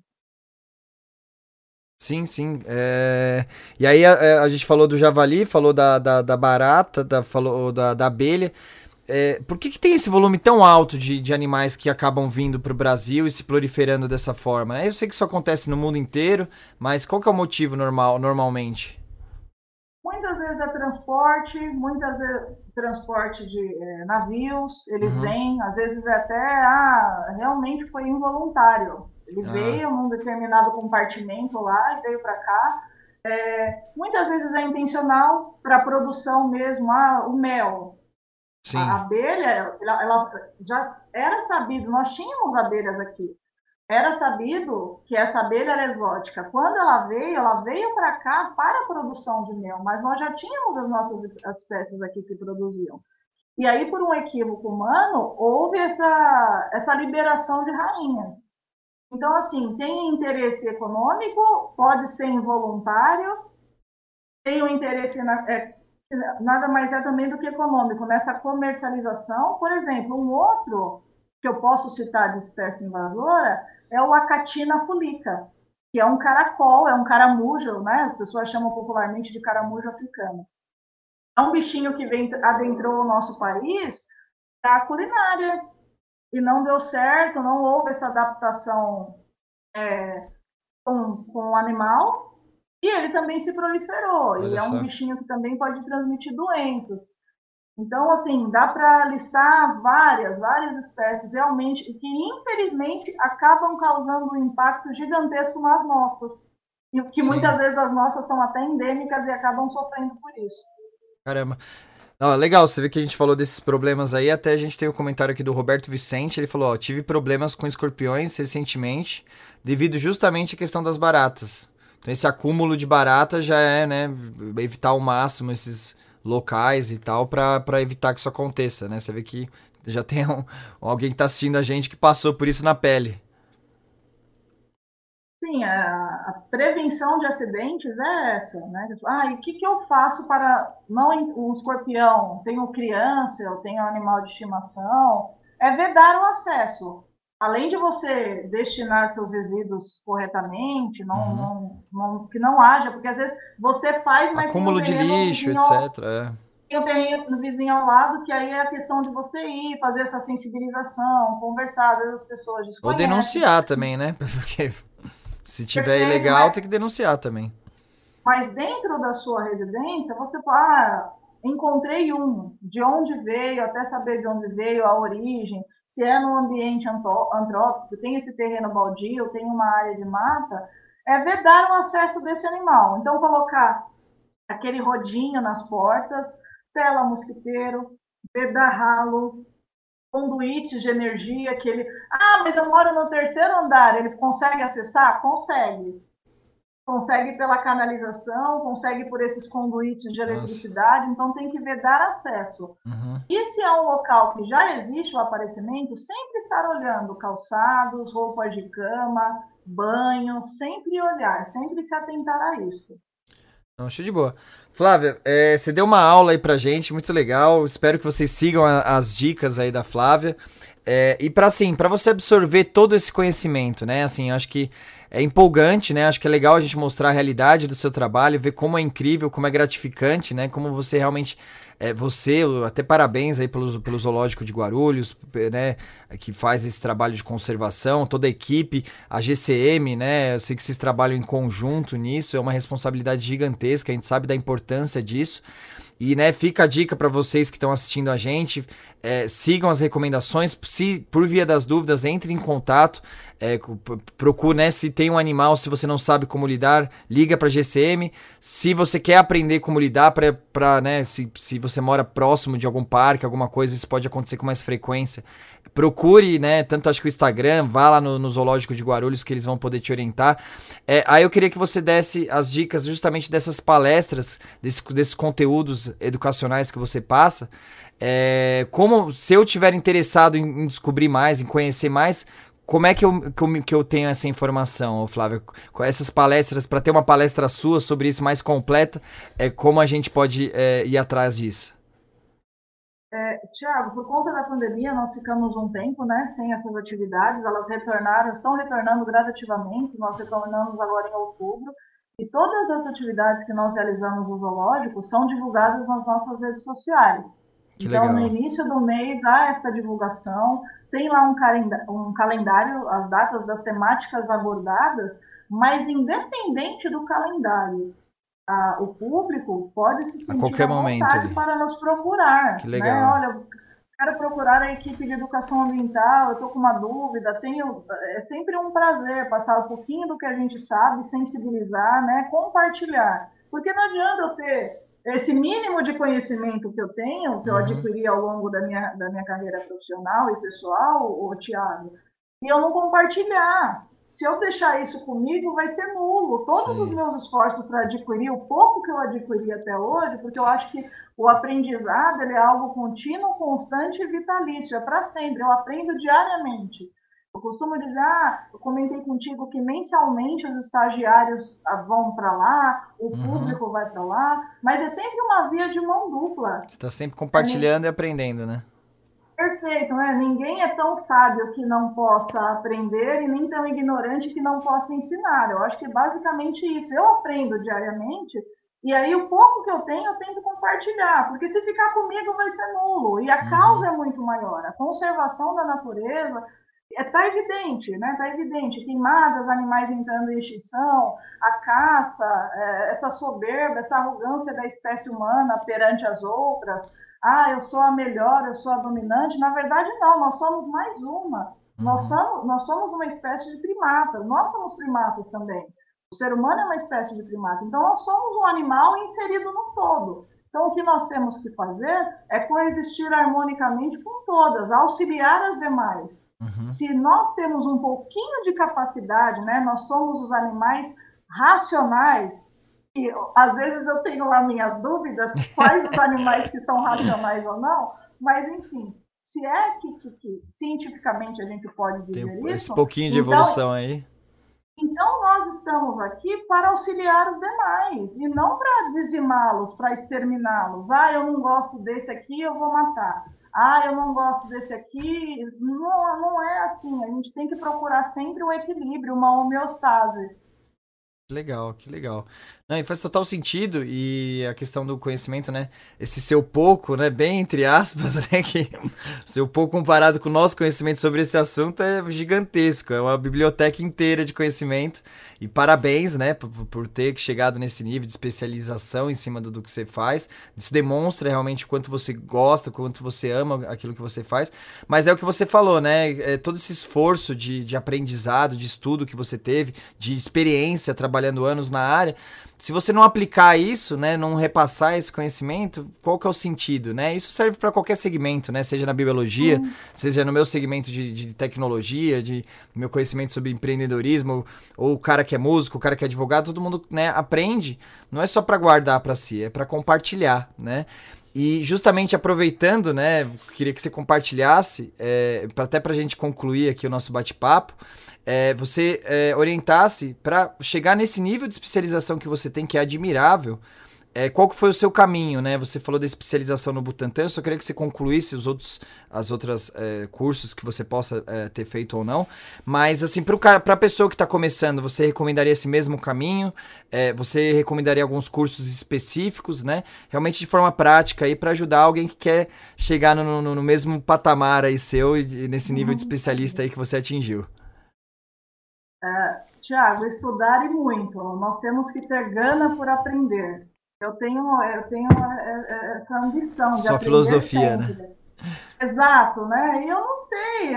Sim, sim. É... E aí a, a gente falou do javali, falou da, da, da barata, da, falou da, da abelha. É... Por que, que tem esse volume tão alto de, de animais que acabam vindo para o Brasil e se proliferando dessa forma? Né? Eu sei que isso acontece no mundo inteiro, mas qual que é o motivo normal, normalmente? Muitas vezes é transporte, muitas vezes transporte de é, navios, eles uhum. vêm, às vezes é até, ah, realmente foi involuntário. Ele ah. veio num determinado compartimento lá e veio para cá. É, muitas vezes é intencional para a produção mesmo, ah, o mel. Sim. A abelha, ela, ela já era sabido, nós tínhamos abelhas aqui. Era sabido que essa abelha era exótica. Quando ela veio, ela veio para cá para a produção de mel, mas nós já tínhamos as nossas as espécies aqui que produziam. E aí, por um equívoco humano, houve essa, essa liberação de rainhas. Então, assim, tem interesse econômico, pode ser involuntário, tem um interesse, na, é, nada mais é também do que econômico, nessa comercialização. Por exemplo, um outro que eu posso citar de espécie invasora é o Acatina fulica, que é um caracol, é um caramujo, né? As pessoas chamam popularmente de caramujo africano. É um bichinho que vem, adentrou o nosso país a culinária. E não deu certo, não houve essa adaptação é, com, com o animal, e ele também se proliferou. Olha e é um só. bichinho que também pode transmitir doenças. Então, assim, dá para listar várias, várias espécies realmente que, infelizmente, acabam causando um impacto gigantesco nas nossas. E que Sim. muitas vezes as nossas são até endêmicas e acabam sofrendo por isso. Caramba. Não, legal, você vê que a gente falou desses problemas aí, até a gente tem o um comentário aqui do Roberto Vicente, ele falou, ó, tive problemas com escorpiões recentemente, devido justamente à questão das baratas. Então esse acúmulo de barata já é, né, evitar ao máximo esses locais e tal, pra, pra evitar que isso aconteça, né? Você vê que já tem um, alguém que tá assistindo a gente que passou por isso na pele. Sim, a, a prevenção de acidentes é essa, né? Ah, e o que, que eu faço para não um escorpião? Tenho criança, eu tenho animal de estimação. É vedar o acesso. Além de você destinar seus resíduos corretamente, não, Uhum. não, não, que não haja, porque às vezes você faz, mas tem um Acúmulo de terreno lixo, vizinho, etcétera. tem um terreno vizinho ao lado, que aí é a questão de você ir, fazer essa sensibilização, conversar, às vezes as pessoas Ou desconhecem. denunciar também, né? Porque se tiver Perfeito, ilegal, mas tem que denunciar também. Mas dentro da sua residência, você fala, ah, encontrei um, de onde veio, até saber de onde veio, a origem, se é no ambiente antrópico, tem esse terreno baldio, tem uma área de mata, é vedar o acesso desse animal. Então, colocar aquele rodinho nas portas, tela mosquiteiro, vedar ralo, conduítes de energia, que ele, ah, mas eu moro no terceiro andar, ele consegue acessar? Consegue. Consegue pela canalização, consegue por esses conduítes de Nossa. eletricidade, então tem que vedar acesso. Uhum. E se é um local que já existe o aparecimento, sempre estar olhando calçados, roupas de cama, banho, sempre olhar, sempre se atentar a isso. Não, show de boa. Flávia, é, você deu uma aula aí pra gente, muito legal. Espero que vocês sigam a- as dicas aí da Flávia. É, e para assim, para você absorver todo esse conhecimento, né? Assim, eu acho que é empolgante, né? Acho que é legal a gente mostrar a realidade do seu trabalho, ver como é incrível, como é gratificante, né? Como você realmente é, você, até parabéns aí pelo, pelo Zoológico de Guarulhos, né? Que faz esse trabalho de conservação, toda a equipe, a G C M, né? Eu sei que vocês trabalham em conjunto nisso, é uma responsabilidade gigantesca, a gente sabe da importância disso. E, né, fica a dica para vocês que estão assistindo a gente, é, sigam as recomendações, se por via das dúvidas, entre em contato, é, procure, né, se tem um animal, se você não sabe como lidar, liga para G C M, se você quer aprender como lidar, para, né, se, se você mora próximo de algum parque, alguma coisa, isso pode acontecer com mais frequência, procure, né, tanto acho que o Instagram, vá lá no, no Zoológico de Guarulhos que eles vão poder te orientar. É, aí eu queria que você desse as dicas justamente dessas palestras, desse, desses conteúdos educacionais que você passa. É, como, se eu tiver interessado em, em descobrir mais, em conhecer mais, como é que eu, que eu, que eu tenho essa informação, Flávio? Com essas palestras, para ter uma palestra sua sobre isso mais completa, é, como a gente pode é, ir atrás disso? É, Tiago, por conta da pandemia, nós ficamos um tempo, né, sem essas atividades, elas retornaram, estão retornando gradativamente, nós retornamos agora em outubro, e todas as atividades que nós realizamos no zoológico são divulgadas nas nossas redes sociais. Que Então, no legal. início do mês, há essa divulgação, tem lá um calendário, um calendário, as datas das temáticas abordadas, mas independente do calendário, a, o público pode se A sentir qualquer à momento vontade ali. para nos procurar, Que né? legal. Olha, quero procurar a equipe de educação ambiental, eu estou com uma dúvida, tenho, é sempre um prazer passar um pouquinho do que a gente sabe, sensibilizar, né? Compartilhar, porque não adianta eu ter esse mínimo de conhecimento que eu tenho, que eu Uhum. adquiri ao longo da minha, da minha carreira profissional e pessoal, o Tiago, e eu não compartilhar. Se eu deixar isso comigo, vai ser nulo. Todos os Sim. meus esforços para adquirir o pouco que eu adquiri até hoje, porque eu acho que o aprendizado ele é algo contínuo, constante e vitalício, é para sempre. Eu aprendo diariamente. Eu costumo dizer, ah, eu comentei contigo que mensalmente os estagiários vão para lá, o Uhum. público vai para lá, mas é sempre uma via de mão dupla. Você tá sempre É, compartilhando e aprendendo, né? perfeito, né? Ninguém é tão sábio que não possa aprender e nem tão ignorante que não possa ensinar. Eu acho que é basicamente isso. Eu aprendo diariamente E aí o pouco que eu tenho, eu tento compartilhar, porque se ficar comigo vai ser nulo. E a uhum. causa é muito maior. A conservação da natureza está é, evidente, né? Está evidente. Queimadas, animais entrando em extinção, a caça, é, essa soberba, essa arrogância da espécie humana perante as outras. Ah, eu sou a melhor, eu sou a dominante. Na verdade, não, nós somos mais uma. Uhum. Nós, somos, nós somos uma espécie de primata. Nós somos primatas também. O ser humano é uma espécie de primata. Então, nós somos um animal inserido no todo. Então, o que nós temos que fazer é coexistir harmonicamente com todas, auxiliar as demais. Uhum. Se nós temos um pouquinho de capacidade, né, nós somos os animais racionais, e às vezes eu tenho lá minhas dúvidas, quais os animais que são racionais ou não, mas, enfim, se é que, que, que cientificamente a gente pode dizer Tem isso... esse pouquinho de evolução então, aí. Então, nós estamos aqui para auxiliar os demais, e não para dizimá-los, para exterminá-los. Ah, eu não gosto desse aqui, eu vou matar. Ah, eu não gosto desse aqui. Não, não é assim. A gente tem que procurar sempre o equilíbrio, uma homeostase. Que legal, que legal. Não, e faz total sentido, e a questão do conhecimento, né? Esse seu pouco, né? Bem entre aspas, né? Que seu pouco comparado com o nosso conhecimento sobre esse assunto é gigantesco. É uma biblioteca inteira de conhecimento. E parabéns, né? Por, por ter chegado nesse nível de especialização em cima do, do que você faz. Isso demonstra realmente o quanto você gosta, o quanto você ama aquilo que você faz. Mas é o que você falou, né? É todo esse esforço de, de aprendizado, de estudo que você teve, de experiência trabalhando anos na área. Se você não aplicar isso, né, não repassar esse conhecimento, qual que é o sentido, né? Isso serve para qualquer segmento, né? Seja na biologia, uhum. seja no meu segmento de, de tecnologia, de meu conhecimento sobre empreendedorismo, ou o cara que é músico, o cara que é advogado, todo mundo, né, aprende. Não é só para guardar para si, é para compartilhar, né? E justamente aproveitando, né, queria que você compartilhasse, é, pra, até para a gente concluir aqui o nosso bate-papo, é, você é, orientasse para chegar nesse nível de especialização que você tem, que é admirável, é, qual que foi o seu caminho, né? Você falou da especialização no Butantan, eu só queria que você concluísse os outros as outras é, cursos que você possa é, ter feito ou não, mas assim, para a pessoa que está começando, você recomendaria esse mesmo caminho? É, você recomendaria alguns cursos específicos, né? Realmente de forma prática aí para ajudar alguém que quer chegar no, no, no mesmo patamar aí seu e, e nesse nível de especialista aí que você atingiu. É, Tiago, estudar e muito. Nós temos que ter gana por aprender. Eu tenho, eu tenho essa ambição de Sua aprender filosofia, sempre. Né? Exato, né? E eu não sei.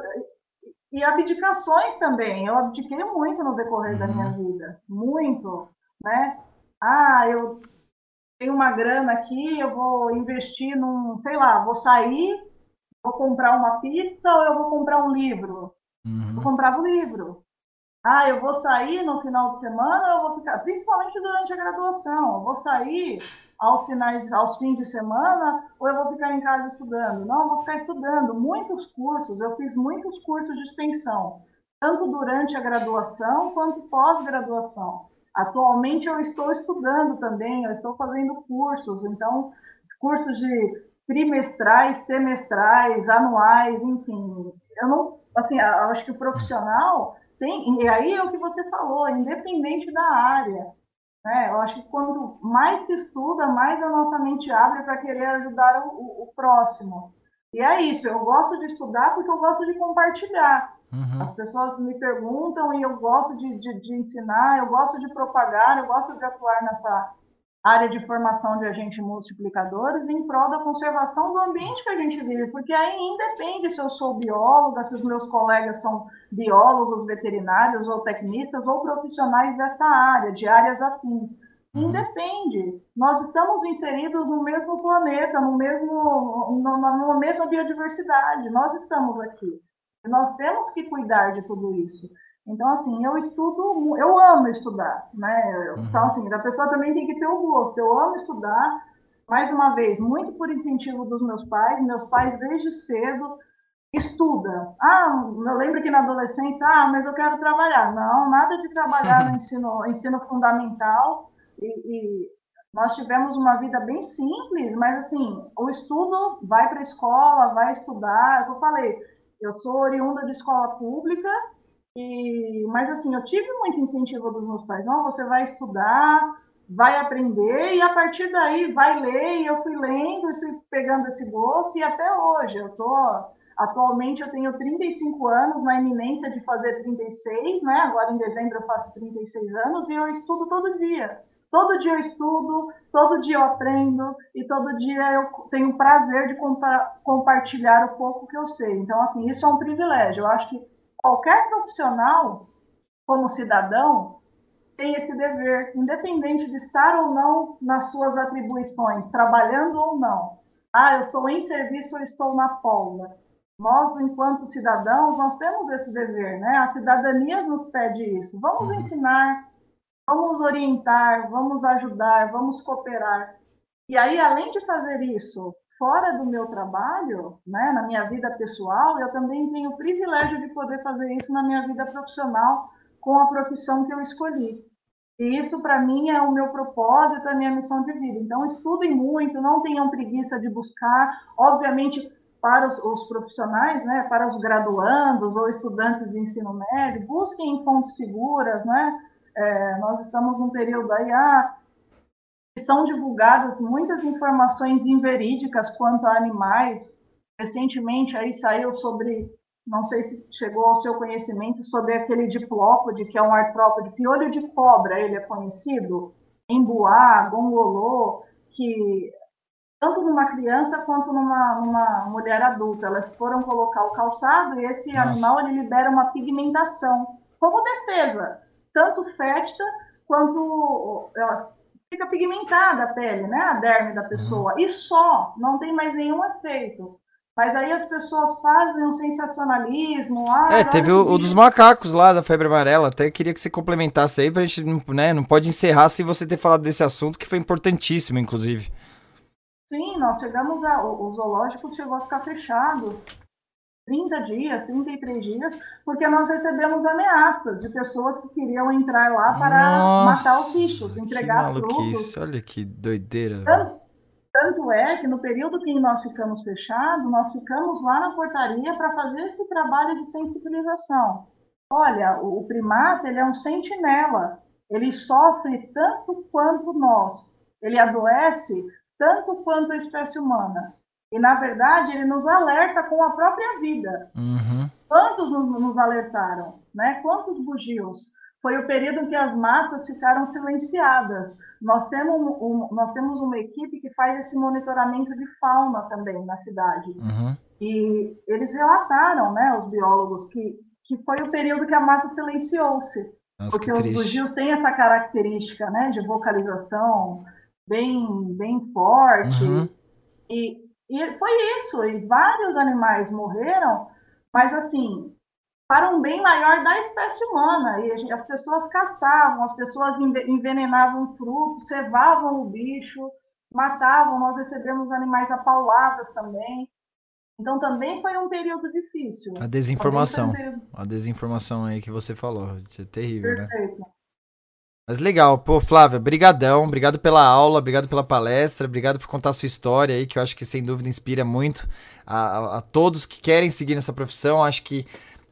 E abdicações também. Eu abdiquei muito no decorrer uhum. da minha vida. Muito, né? Ah, eu tenho uma grana aqui, eu vou investir num, sei lá, vou sair, vou comprar uma pizza ou eu vou comprar um livro? Uhum. Eu comprava o livro. Ah, eu vou sair no final de semana, eu vou ficar, principalmente durante a graduação, eu vou sair aos finais, aos fins de semana, ou eu vou ficar em casa estudando? Não, eu vou ficar estudando muitos cursos, eu fiz muitos cursos de extensão, tanto durante a graduação quanto pós-graduação. Atualmente eu estou estudando também, eu estou fazendo cursos, então, cursos de trimestrais, semestrais, anuais, enfim. Eu não, assim, eu acho que o profissional tem, e aí é o que você falou, independente da área, né? Eu acho que quanto mais se estuda, mais a nossa mente abre para querer ajudar o, o, o próximo. E é isso, eu gosto de estudar porque eu gosto de compartilhar. Uhum. As pessoas me perguntam e eu gosto de, de, de ensinar, eu gosto de propagar, eu gosto de atuar nessa área de formação de agentes multiplicadores em prol da conservação do ambiente que a gente vive, porque aí independe se eu sou bióloga, se os meus colegas são biólogos, veterinários ou tecnistas ou profissionais desta área, de áreas afins. Uhum. Independe. Nós estamos inseridos no mesmo planeta, no mesmo, na mesma biodiversidade. Nós estamos aqui. E nós temos que cuidar de tudo isso. Então, assim, eu estudo, eu amo estudar, né? Uhum. Então, assim, a pessoa também tem que ter o gosto. Eu amo estudar, mais uma vez, muito por incentivo dos meus pais. Meus pais, desde cedo, estudam. Ah, eu lembro que na adolescência, ah, mas eu quero trabalhar. Não, nada de trabalhar no ensino, ensino fundamental. E, e nós tivemos uma vida bem simples, mas, assim, o estudo, vai para a escola, vai estudar. Eu falei, eu sou oriunda de escola pública, E, mas assim, eu tive muito incentivo dos meus pais. Não, você vai estudar, vai aprender e a partir daí vai ler, e eu fui lendo e fui pegando esse gosto e até hoje eu tô, atualmente eu tenho trinta e cinco anos, na iminência de fazer trinta e seis, né? Agora em dezembro eu faço trinta e seis anos e eu estudo todo dia. Todo dia eu estudo, todo dia eu aprendo e todo dia eu tenho o prazer de compa- compartilhar o pouco que eu sei. Então, assim, isso é um privilégio. Eu acho que qualquer profissional, como cidadão, tem esse dever, independente de estar ou não nas suas atribuições, trabalhando ou não. Ah, eu sou em serviço ou estou na folga. Nós, enquanto cidadãos, nós temos esse dever, né? A cidadania nos pede isso. Vamos Uhum. ensinar, vamos orientar, vamos ajudar, vamos cooperar. E aí, além de fazer isso fora do meu trabalho, né, na minha vida pessoal, eu também tenho o privilégio de poder fazer isso na minha vida profissional com a profissão que eu escolhi. E isso, para mim, é o meu propósito, a minha missão de vida. Então, estudem muito, não tenham preguiça de buscar. Obviamente, para os, os profissionais, né, para os graduandos ou estudantes de ensino médio, busquem em fontes seguras, né? É, nós estamos num período aí, ah, são divulgadas muitas informações inverídicas quanto a animais. Recentemente aí saiu sobre, não sei se chegou ao seu conhecimento, sobre aquele diplópode, que é um artrópode, piolho de cobra, ele é conhecido, embuá, gongolô, que tanto numa criança quanto numa, numa mulher adulta, elas foram colocar o calçado e esse Nossa. animal ele libera uma pigmentação, como defesa, tanto fétida quanto ela fica pigmentada a pele, né, a derme da Uhum. pessoa, e só, não tem mais nenhum efeito. Mas aí as pessoas fazem um sensacionalismo, É, ah, teve olha que o, o dos bicho. macacos lá da febre amarela. Até queria que você complementasse aí pra gente, não- né? Não pode encerrar sem você ter falado desse assunto que foi importantíssimo, inclusive. Sim, nós chegamos a, o, o zoológico chegou a ficar fechado trinta dias, trinta e três dias, porque nós recebemos ameaças de pessoas que queriam entrar lá para matar os bichos, Nossa, que entregar frutos. maluquice. Olha que doideira, velho. Tanto, tanto é que no período que nós ficamos fechados, nós ficamos lá na portaria para fazer esse trabalho de sensibilização. Olha, o, o primata ele é um sentinela, ele sofre tanto quanto nós, ele adoece tanto quanto a espécie humana. E, na verdade, ele nos alerta com a própria vida. Uhum. Quantos nos alertaram? Né? Quantos bugios? Foi o período em que as matas ficaram silenciadas. Nós temos, um, nós temos uma equipe que faz esse monitoramento de fauna também na cidade. Uhum. E eles relataram, né, os biólogos, que, que foi o período que a mata silenciou-se. Nossa, que Porque os triste. bugios têm essa característica, né, de vocalização bem, bem forte. Uhum. E, e foi isso. E vários animais morreram, mas assim, para um bem maior da espécie humana. E as pessoas caçavam, as pessoas envenenavam frutos, cevavam o bicho, matavam. Nós recebemos animais apauladas também. Então também foi um período A difícil. Também foi um desinformação. período A desinformação aí que você falou. É terrível, né? perfeito. Mas legal. Pô, Flávia, brigadão. Obrigado pela aula, obrigado pela palestra, obrigado por contar a sua história aí, que eu acho que sem dúvida inspira muito a, a, a todos que querem seguir nessa profissão. Acho que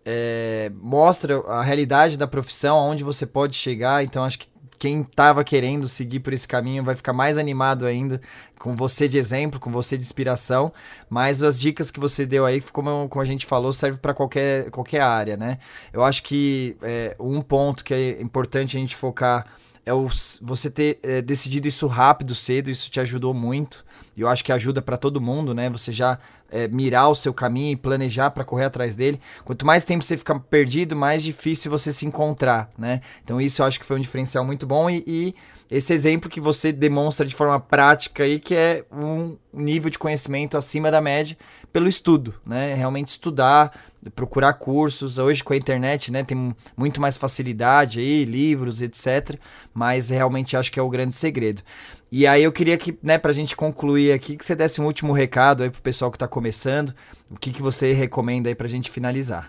é, mostra a realidade da profissão, aonde você pode chegar. Então, acho que quem estava querendo seguir por esse caminho vai ficar mais animado ainda com você de exemplo, com você de inspiração. Mas as dicas que você deu aí, como, como a gente falou, serve para qualquer, qualquer área, né? Eu acho que é, um ponto que é importante a gente focar é o, você ter é, decidido isso rápido, cedo, isso te ajudou muito. E eu acho que ajuda para todo mundo, né? Você já é, mirar o seu caminho e planejar para correr atrás dele. Quanto mais tempo você ficar perdido, mais difícil você se encontrar, né? Então isso eu acho que foi um diferencial muito bom e, e esse exemplo que você demonstra de forma prática aí, que é um nível de conhecimento acima da média pelo estudo, né? Realmente estudar, procurar cursos. Hoje com a internet, né, tem muito mais facilidade aí, livros, etcétera. Mas realmente acho que é o grande segredo. E aí eu queria que, né, pra gente concluir aqui, que você desse um último recado aí pro pessoal que tá começando. O que, que você recomenda aí pra gente finalizar?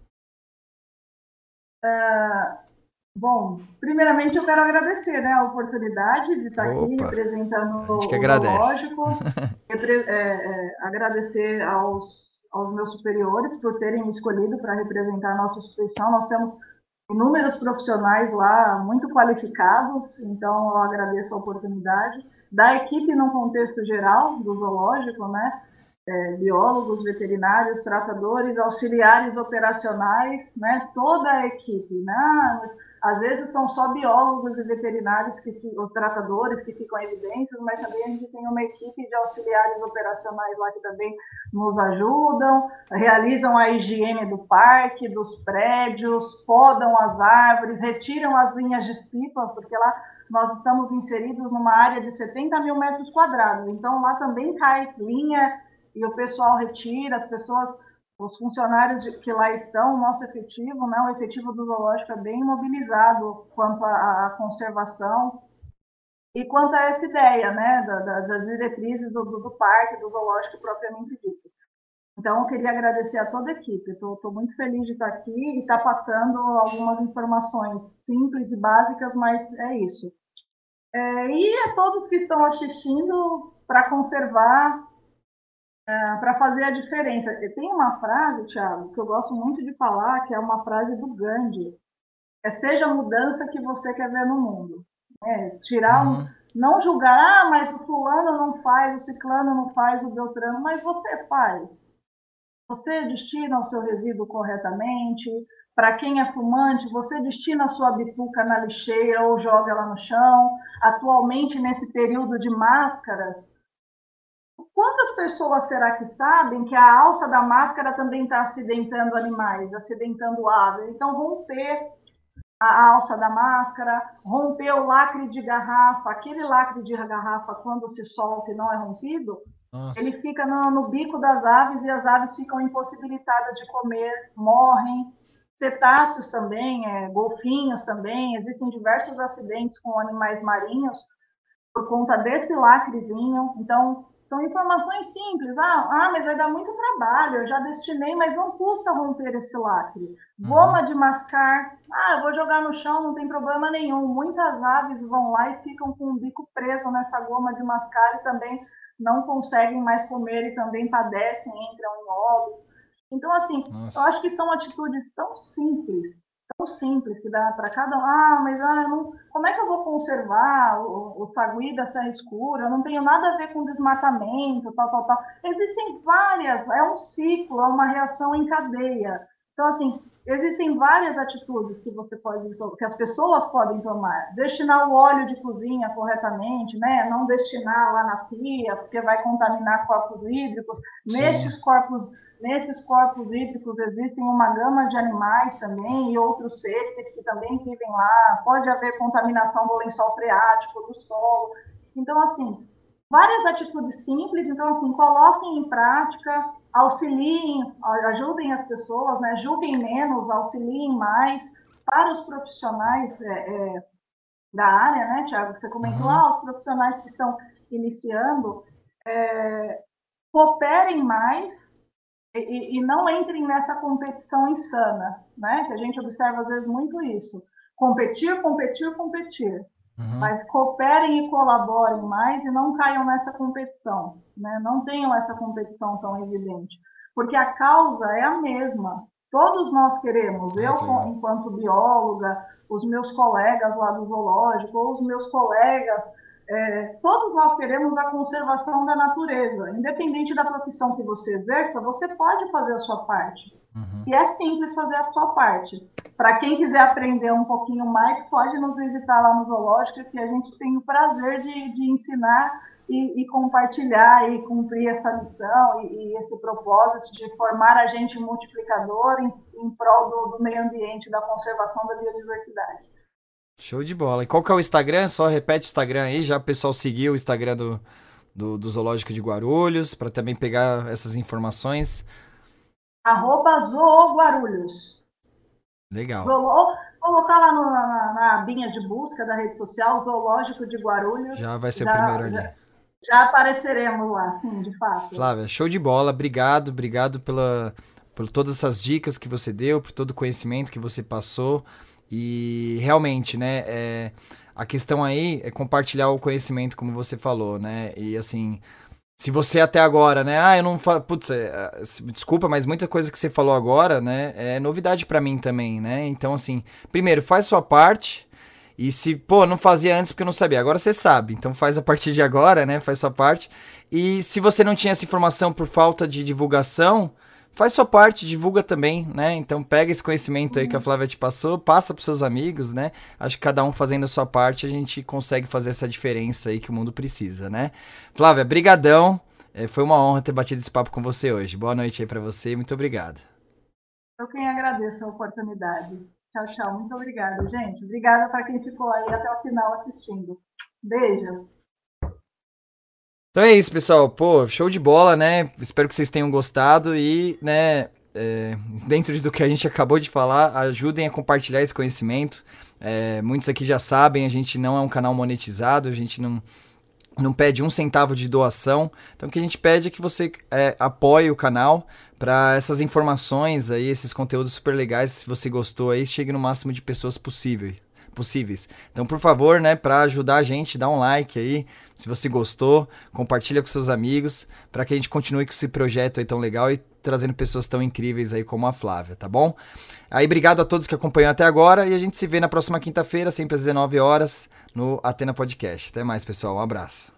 Bom, primeiramente eu quero agradecer, né, a oportunidade de estar aqui Opa, representando a gente que o agradece. zoológico, repre- é, é, agradecer aos, aos meus superiores por terem me escolhido para representar a nossa instituição. Nós temos inúmeros profissionais lá muito qualificados, então eu agradeço a oportunidade. Da equipe no contexto geral do zoológico, né? É, biólogos, veterinários, tratadores, auxiliares operacionais, né? Toda a equipe, né? Às vezes são só biólogos e veterinários, que, ou tratadores que ficam em evidências, mas também a gente tem uma equipe de auxiliares operacionais lá que também nos ajudam, realizam a higiene do parque, dos prédios, podam as árvores, retiram as linhas de pipa, porque lá nós estamos inseridos numa área de setenta mil metros quadrados, então lá também cai linha e o pessoal retira, as pessoas, os funcionários que lá estão, o nosso efetivo, né, o efetivo do zoológico é bem mobilizado quanto à, à conservação e quanto a essa ideia, né, da, da, das diretrizes do, do, do parque, do zoológico propriamente dito. Então, eu queria agradecer a toda a equipe, estou muito feliz de estar aqui e estar passando algumas informações simples e básicas, mas é isso. É, e a todos que estão assistindo, para conservar, é, para fazer a diferença. Tem uma frase, Thiago, que eu gosto muito de falar, que é uma frase do Gandhi, é seja a mudança que você quer ver no mundo. É, tirar uhum. um, não julgar, ah, mas o fulano não faz, o ciclano não faz, o beltrano, mas você faz. Você destina o seu resíduo corretamente. Para quem é fumante, você destina a sua bituca na lixeira ou joga ela no chão. Atualmente, nesse período de máscaras, quantas pessoas será que sabem que a alça da máscara também está acidentando animais, acidentando aves? Então, romper a alça da máscara, romper o lacre de garrafa, aquele lacre de garrafa, quando se solta e não é rompido, nossa, ele fica no, no bico das aves e as aves ficam impossibilitadas de comer, morrem. Cetáceos também, é, golfinhos também, existem diversos acidentes com animais marinhos por conta desse lacrezinho. Então, são informações simples. Ah, ah, mas vai dar muito trabalho, eu já destinei, mas não custa romper esse lacre. Goma uhum. de mascar, ah, eu vou jogar no chão, não tem problema nenhum. Muitas aves vão lá e ficam com o bico preso nessa goma de mascar e também não conseguem mais comer e também padecem, entram em óbito. Então, assim, Nossa. eu acho que são atitudes tão simples, tão simples, que dá para cada um. Ah, mas ah, não, como é que eu vou conservar o, o sagui da Serra Escura? Eu não tenho nada a ver com desmatamento, tal, tal, tal. Existem várias, é um ciclo, é uma reação em cadeia. Então, assim, existem várias atitudes que você pode, que as pessoas podem tomar. Destinar o óleo de cozinha corretamente, né? Não destinar lá na pia, porque vai contaminar corpos hídricos. Sim. Nesses corpos, nesses corpos hídricos existem uma gama de animais também e outros seres que também vivem lá. Pode haver contaminação do lençol freático, do solo. Então, assim, várias atitudes simples. Então, assim, coloquem em prática, auxiliem, ajudem as pessoas, né? Julguem menos, auxiliem mais. Para os profissionais é, é, da área, né, Thiago? Você comentou, uhum. ah, os profissionais que estão iniciando, é, cooperem mais e, e não entrem nessa competição insana, né? Que a gente observa às vezes muito isso. Competir, competir, competir. Uhum. Mas cooperem e colaborem mais e não caiam nessa competição, né? Não tenham essa competição tão evidente, porque a causa é a mesma. Todos nós queremos, é, eu claro. enquanto bióloga, os meus colegas lá do zoológico, ou os meus colegas, é, todos nós queremos a conservação da natureza. Independente da profissão que você exerça, você pode fazer a sua parte. Uhum. E é simples fazer a sua parte. Para quem quiser aprender um pouquinho mais, pode nos visitar lá no zoológico, que a gente tem o prazer de, de ensinar e, e compartilhar e cumprir essa missão e, e esse propósito de formar agente multiplicador em, em prol do, do meio ambiente, da conservação da biodiversidade. Show de bola. E qual que é o Instagram? Só repete o Instagram aí, já o pessoal seguiu o Instagram do, do, do Zoológico de Guarulhos, para também pegar essas informações. Arroba Zooguarulhos. Legal. Zooló... Colocar lá no, na, na abinha de busca da rede social, Zoológico de Guarulhos. Já vai ser já, o primeiro ali. Já, já apareceremos lá, sim, de fato. Flávia, show de bola. Obrigado, obrigado pela, por todas essas dicas que você deu, por todo o conhecimento que você passou. E realmente, né, é, a questão aí é compartilhar o conhecimento, como você falou, né? E assim, Se você até agora, né? Ah, eu não falo. Putz, é, desculpa, mas muita coisa que você falou agora, né? É novidade pra mim também, né? Então, assim, primeiro, faz sua parte. E se, pô, não fazia antes porque eu não sabia. Agora você sabe. Então faz a partir de agora, né? Faz sua parte. E se você não tinha essa informação por falta de divulgação, faz sua parte, divulga também, né? Então pega esse conhecimento aí que a Flávia te passou, passa pros seus amigos, né? Acho que cada um fazendo a sua parte, a gente consegue fazer essa diferença aí que o mundo precisa, né? Flávia, brigadão. É, foi uma honra ter batido esse papo com você hoje. Boa noite aí pra você e muito obrigado. Eu quem agradeço a oportunidade. Tchau, tchau. Muito obrigada, gente. Obrigada para quem ficou aí até o final assistindo. Beijo. Então é isso, pessoal. Pô, show de bola, né? Espero que vocês tenham gostado e, né, é, dentro do que a gente acabou de falar, ajudem a compartilhar esse conhecimento. É, muitos aqui já sabem, a gente não é um canal monetizado, a gente não, não pede um centavo de doação. Então o que a gente pede é que você é, apoie o canal para essas informações aí, esses conteúdos super legais, se você gostou aí, chegue no máximo de pessoas possível. possíveis. Então, por favor, né, para ajudar a gente, dá um like aí, se você gostou, compartilha com seus amigos, para que a gente continue com esse projeto aí tão legal e trazendo pessoas tão incríveis aí como a Flávia, tá bom? Aí, obrigado a todos que acompanham até agora e a gente se vê na próxima quinta-feira, sempre às dezenove horas, no Athena Podcast. Até mais, pessoal. Um abraço.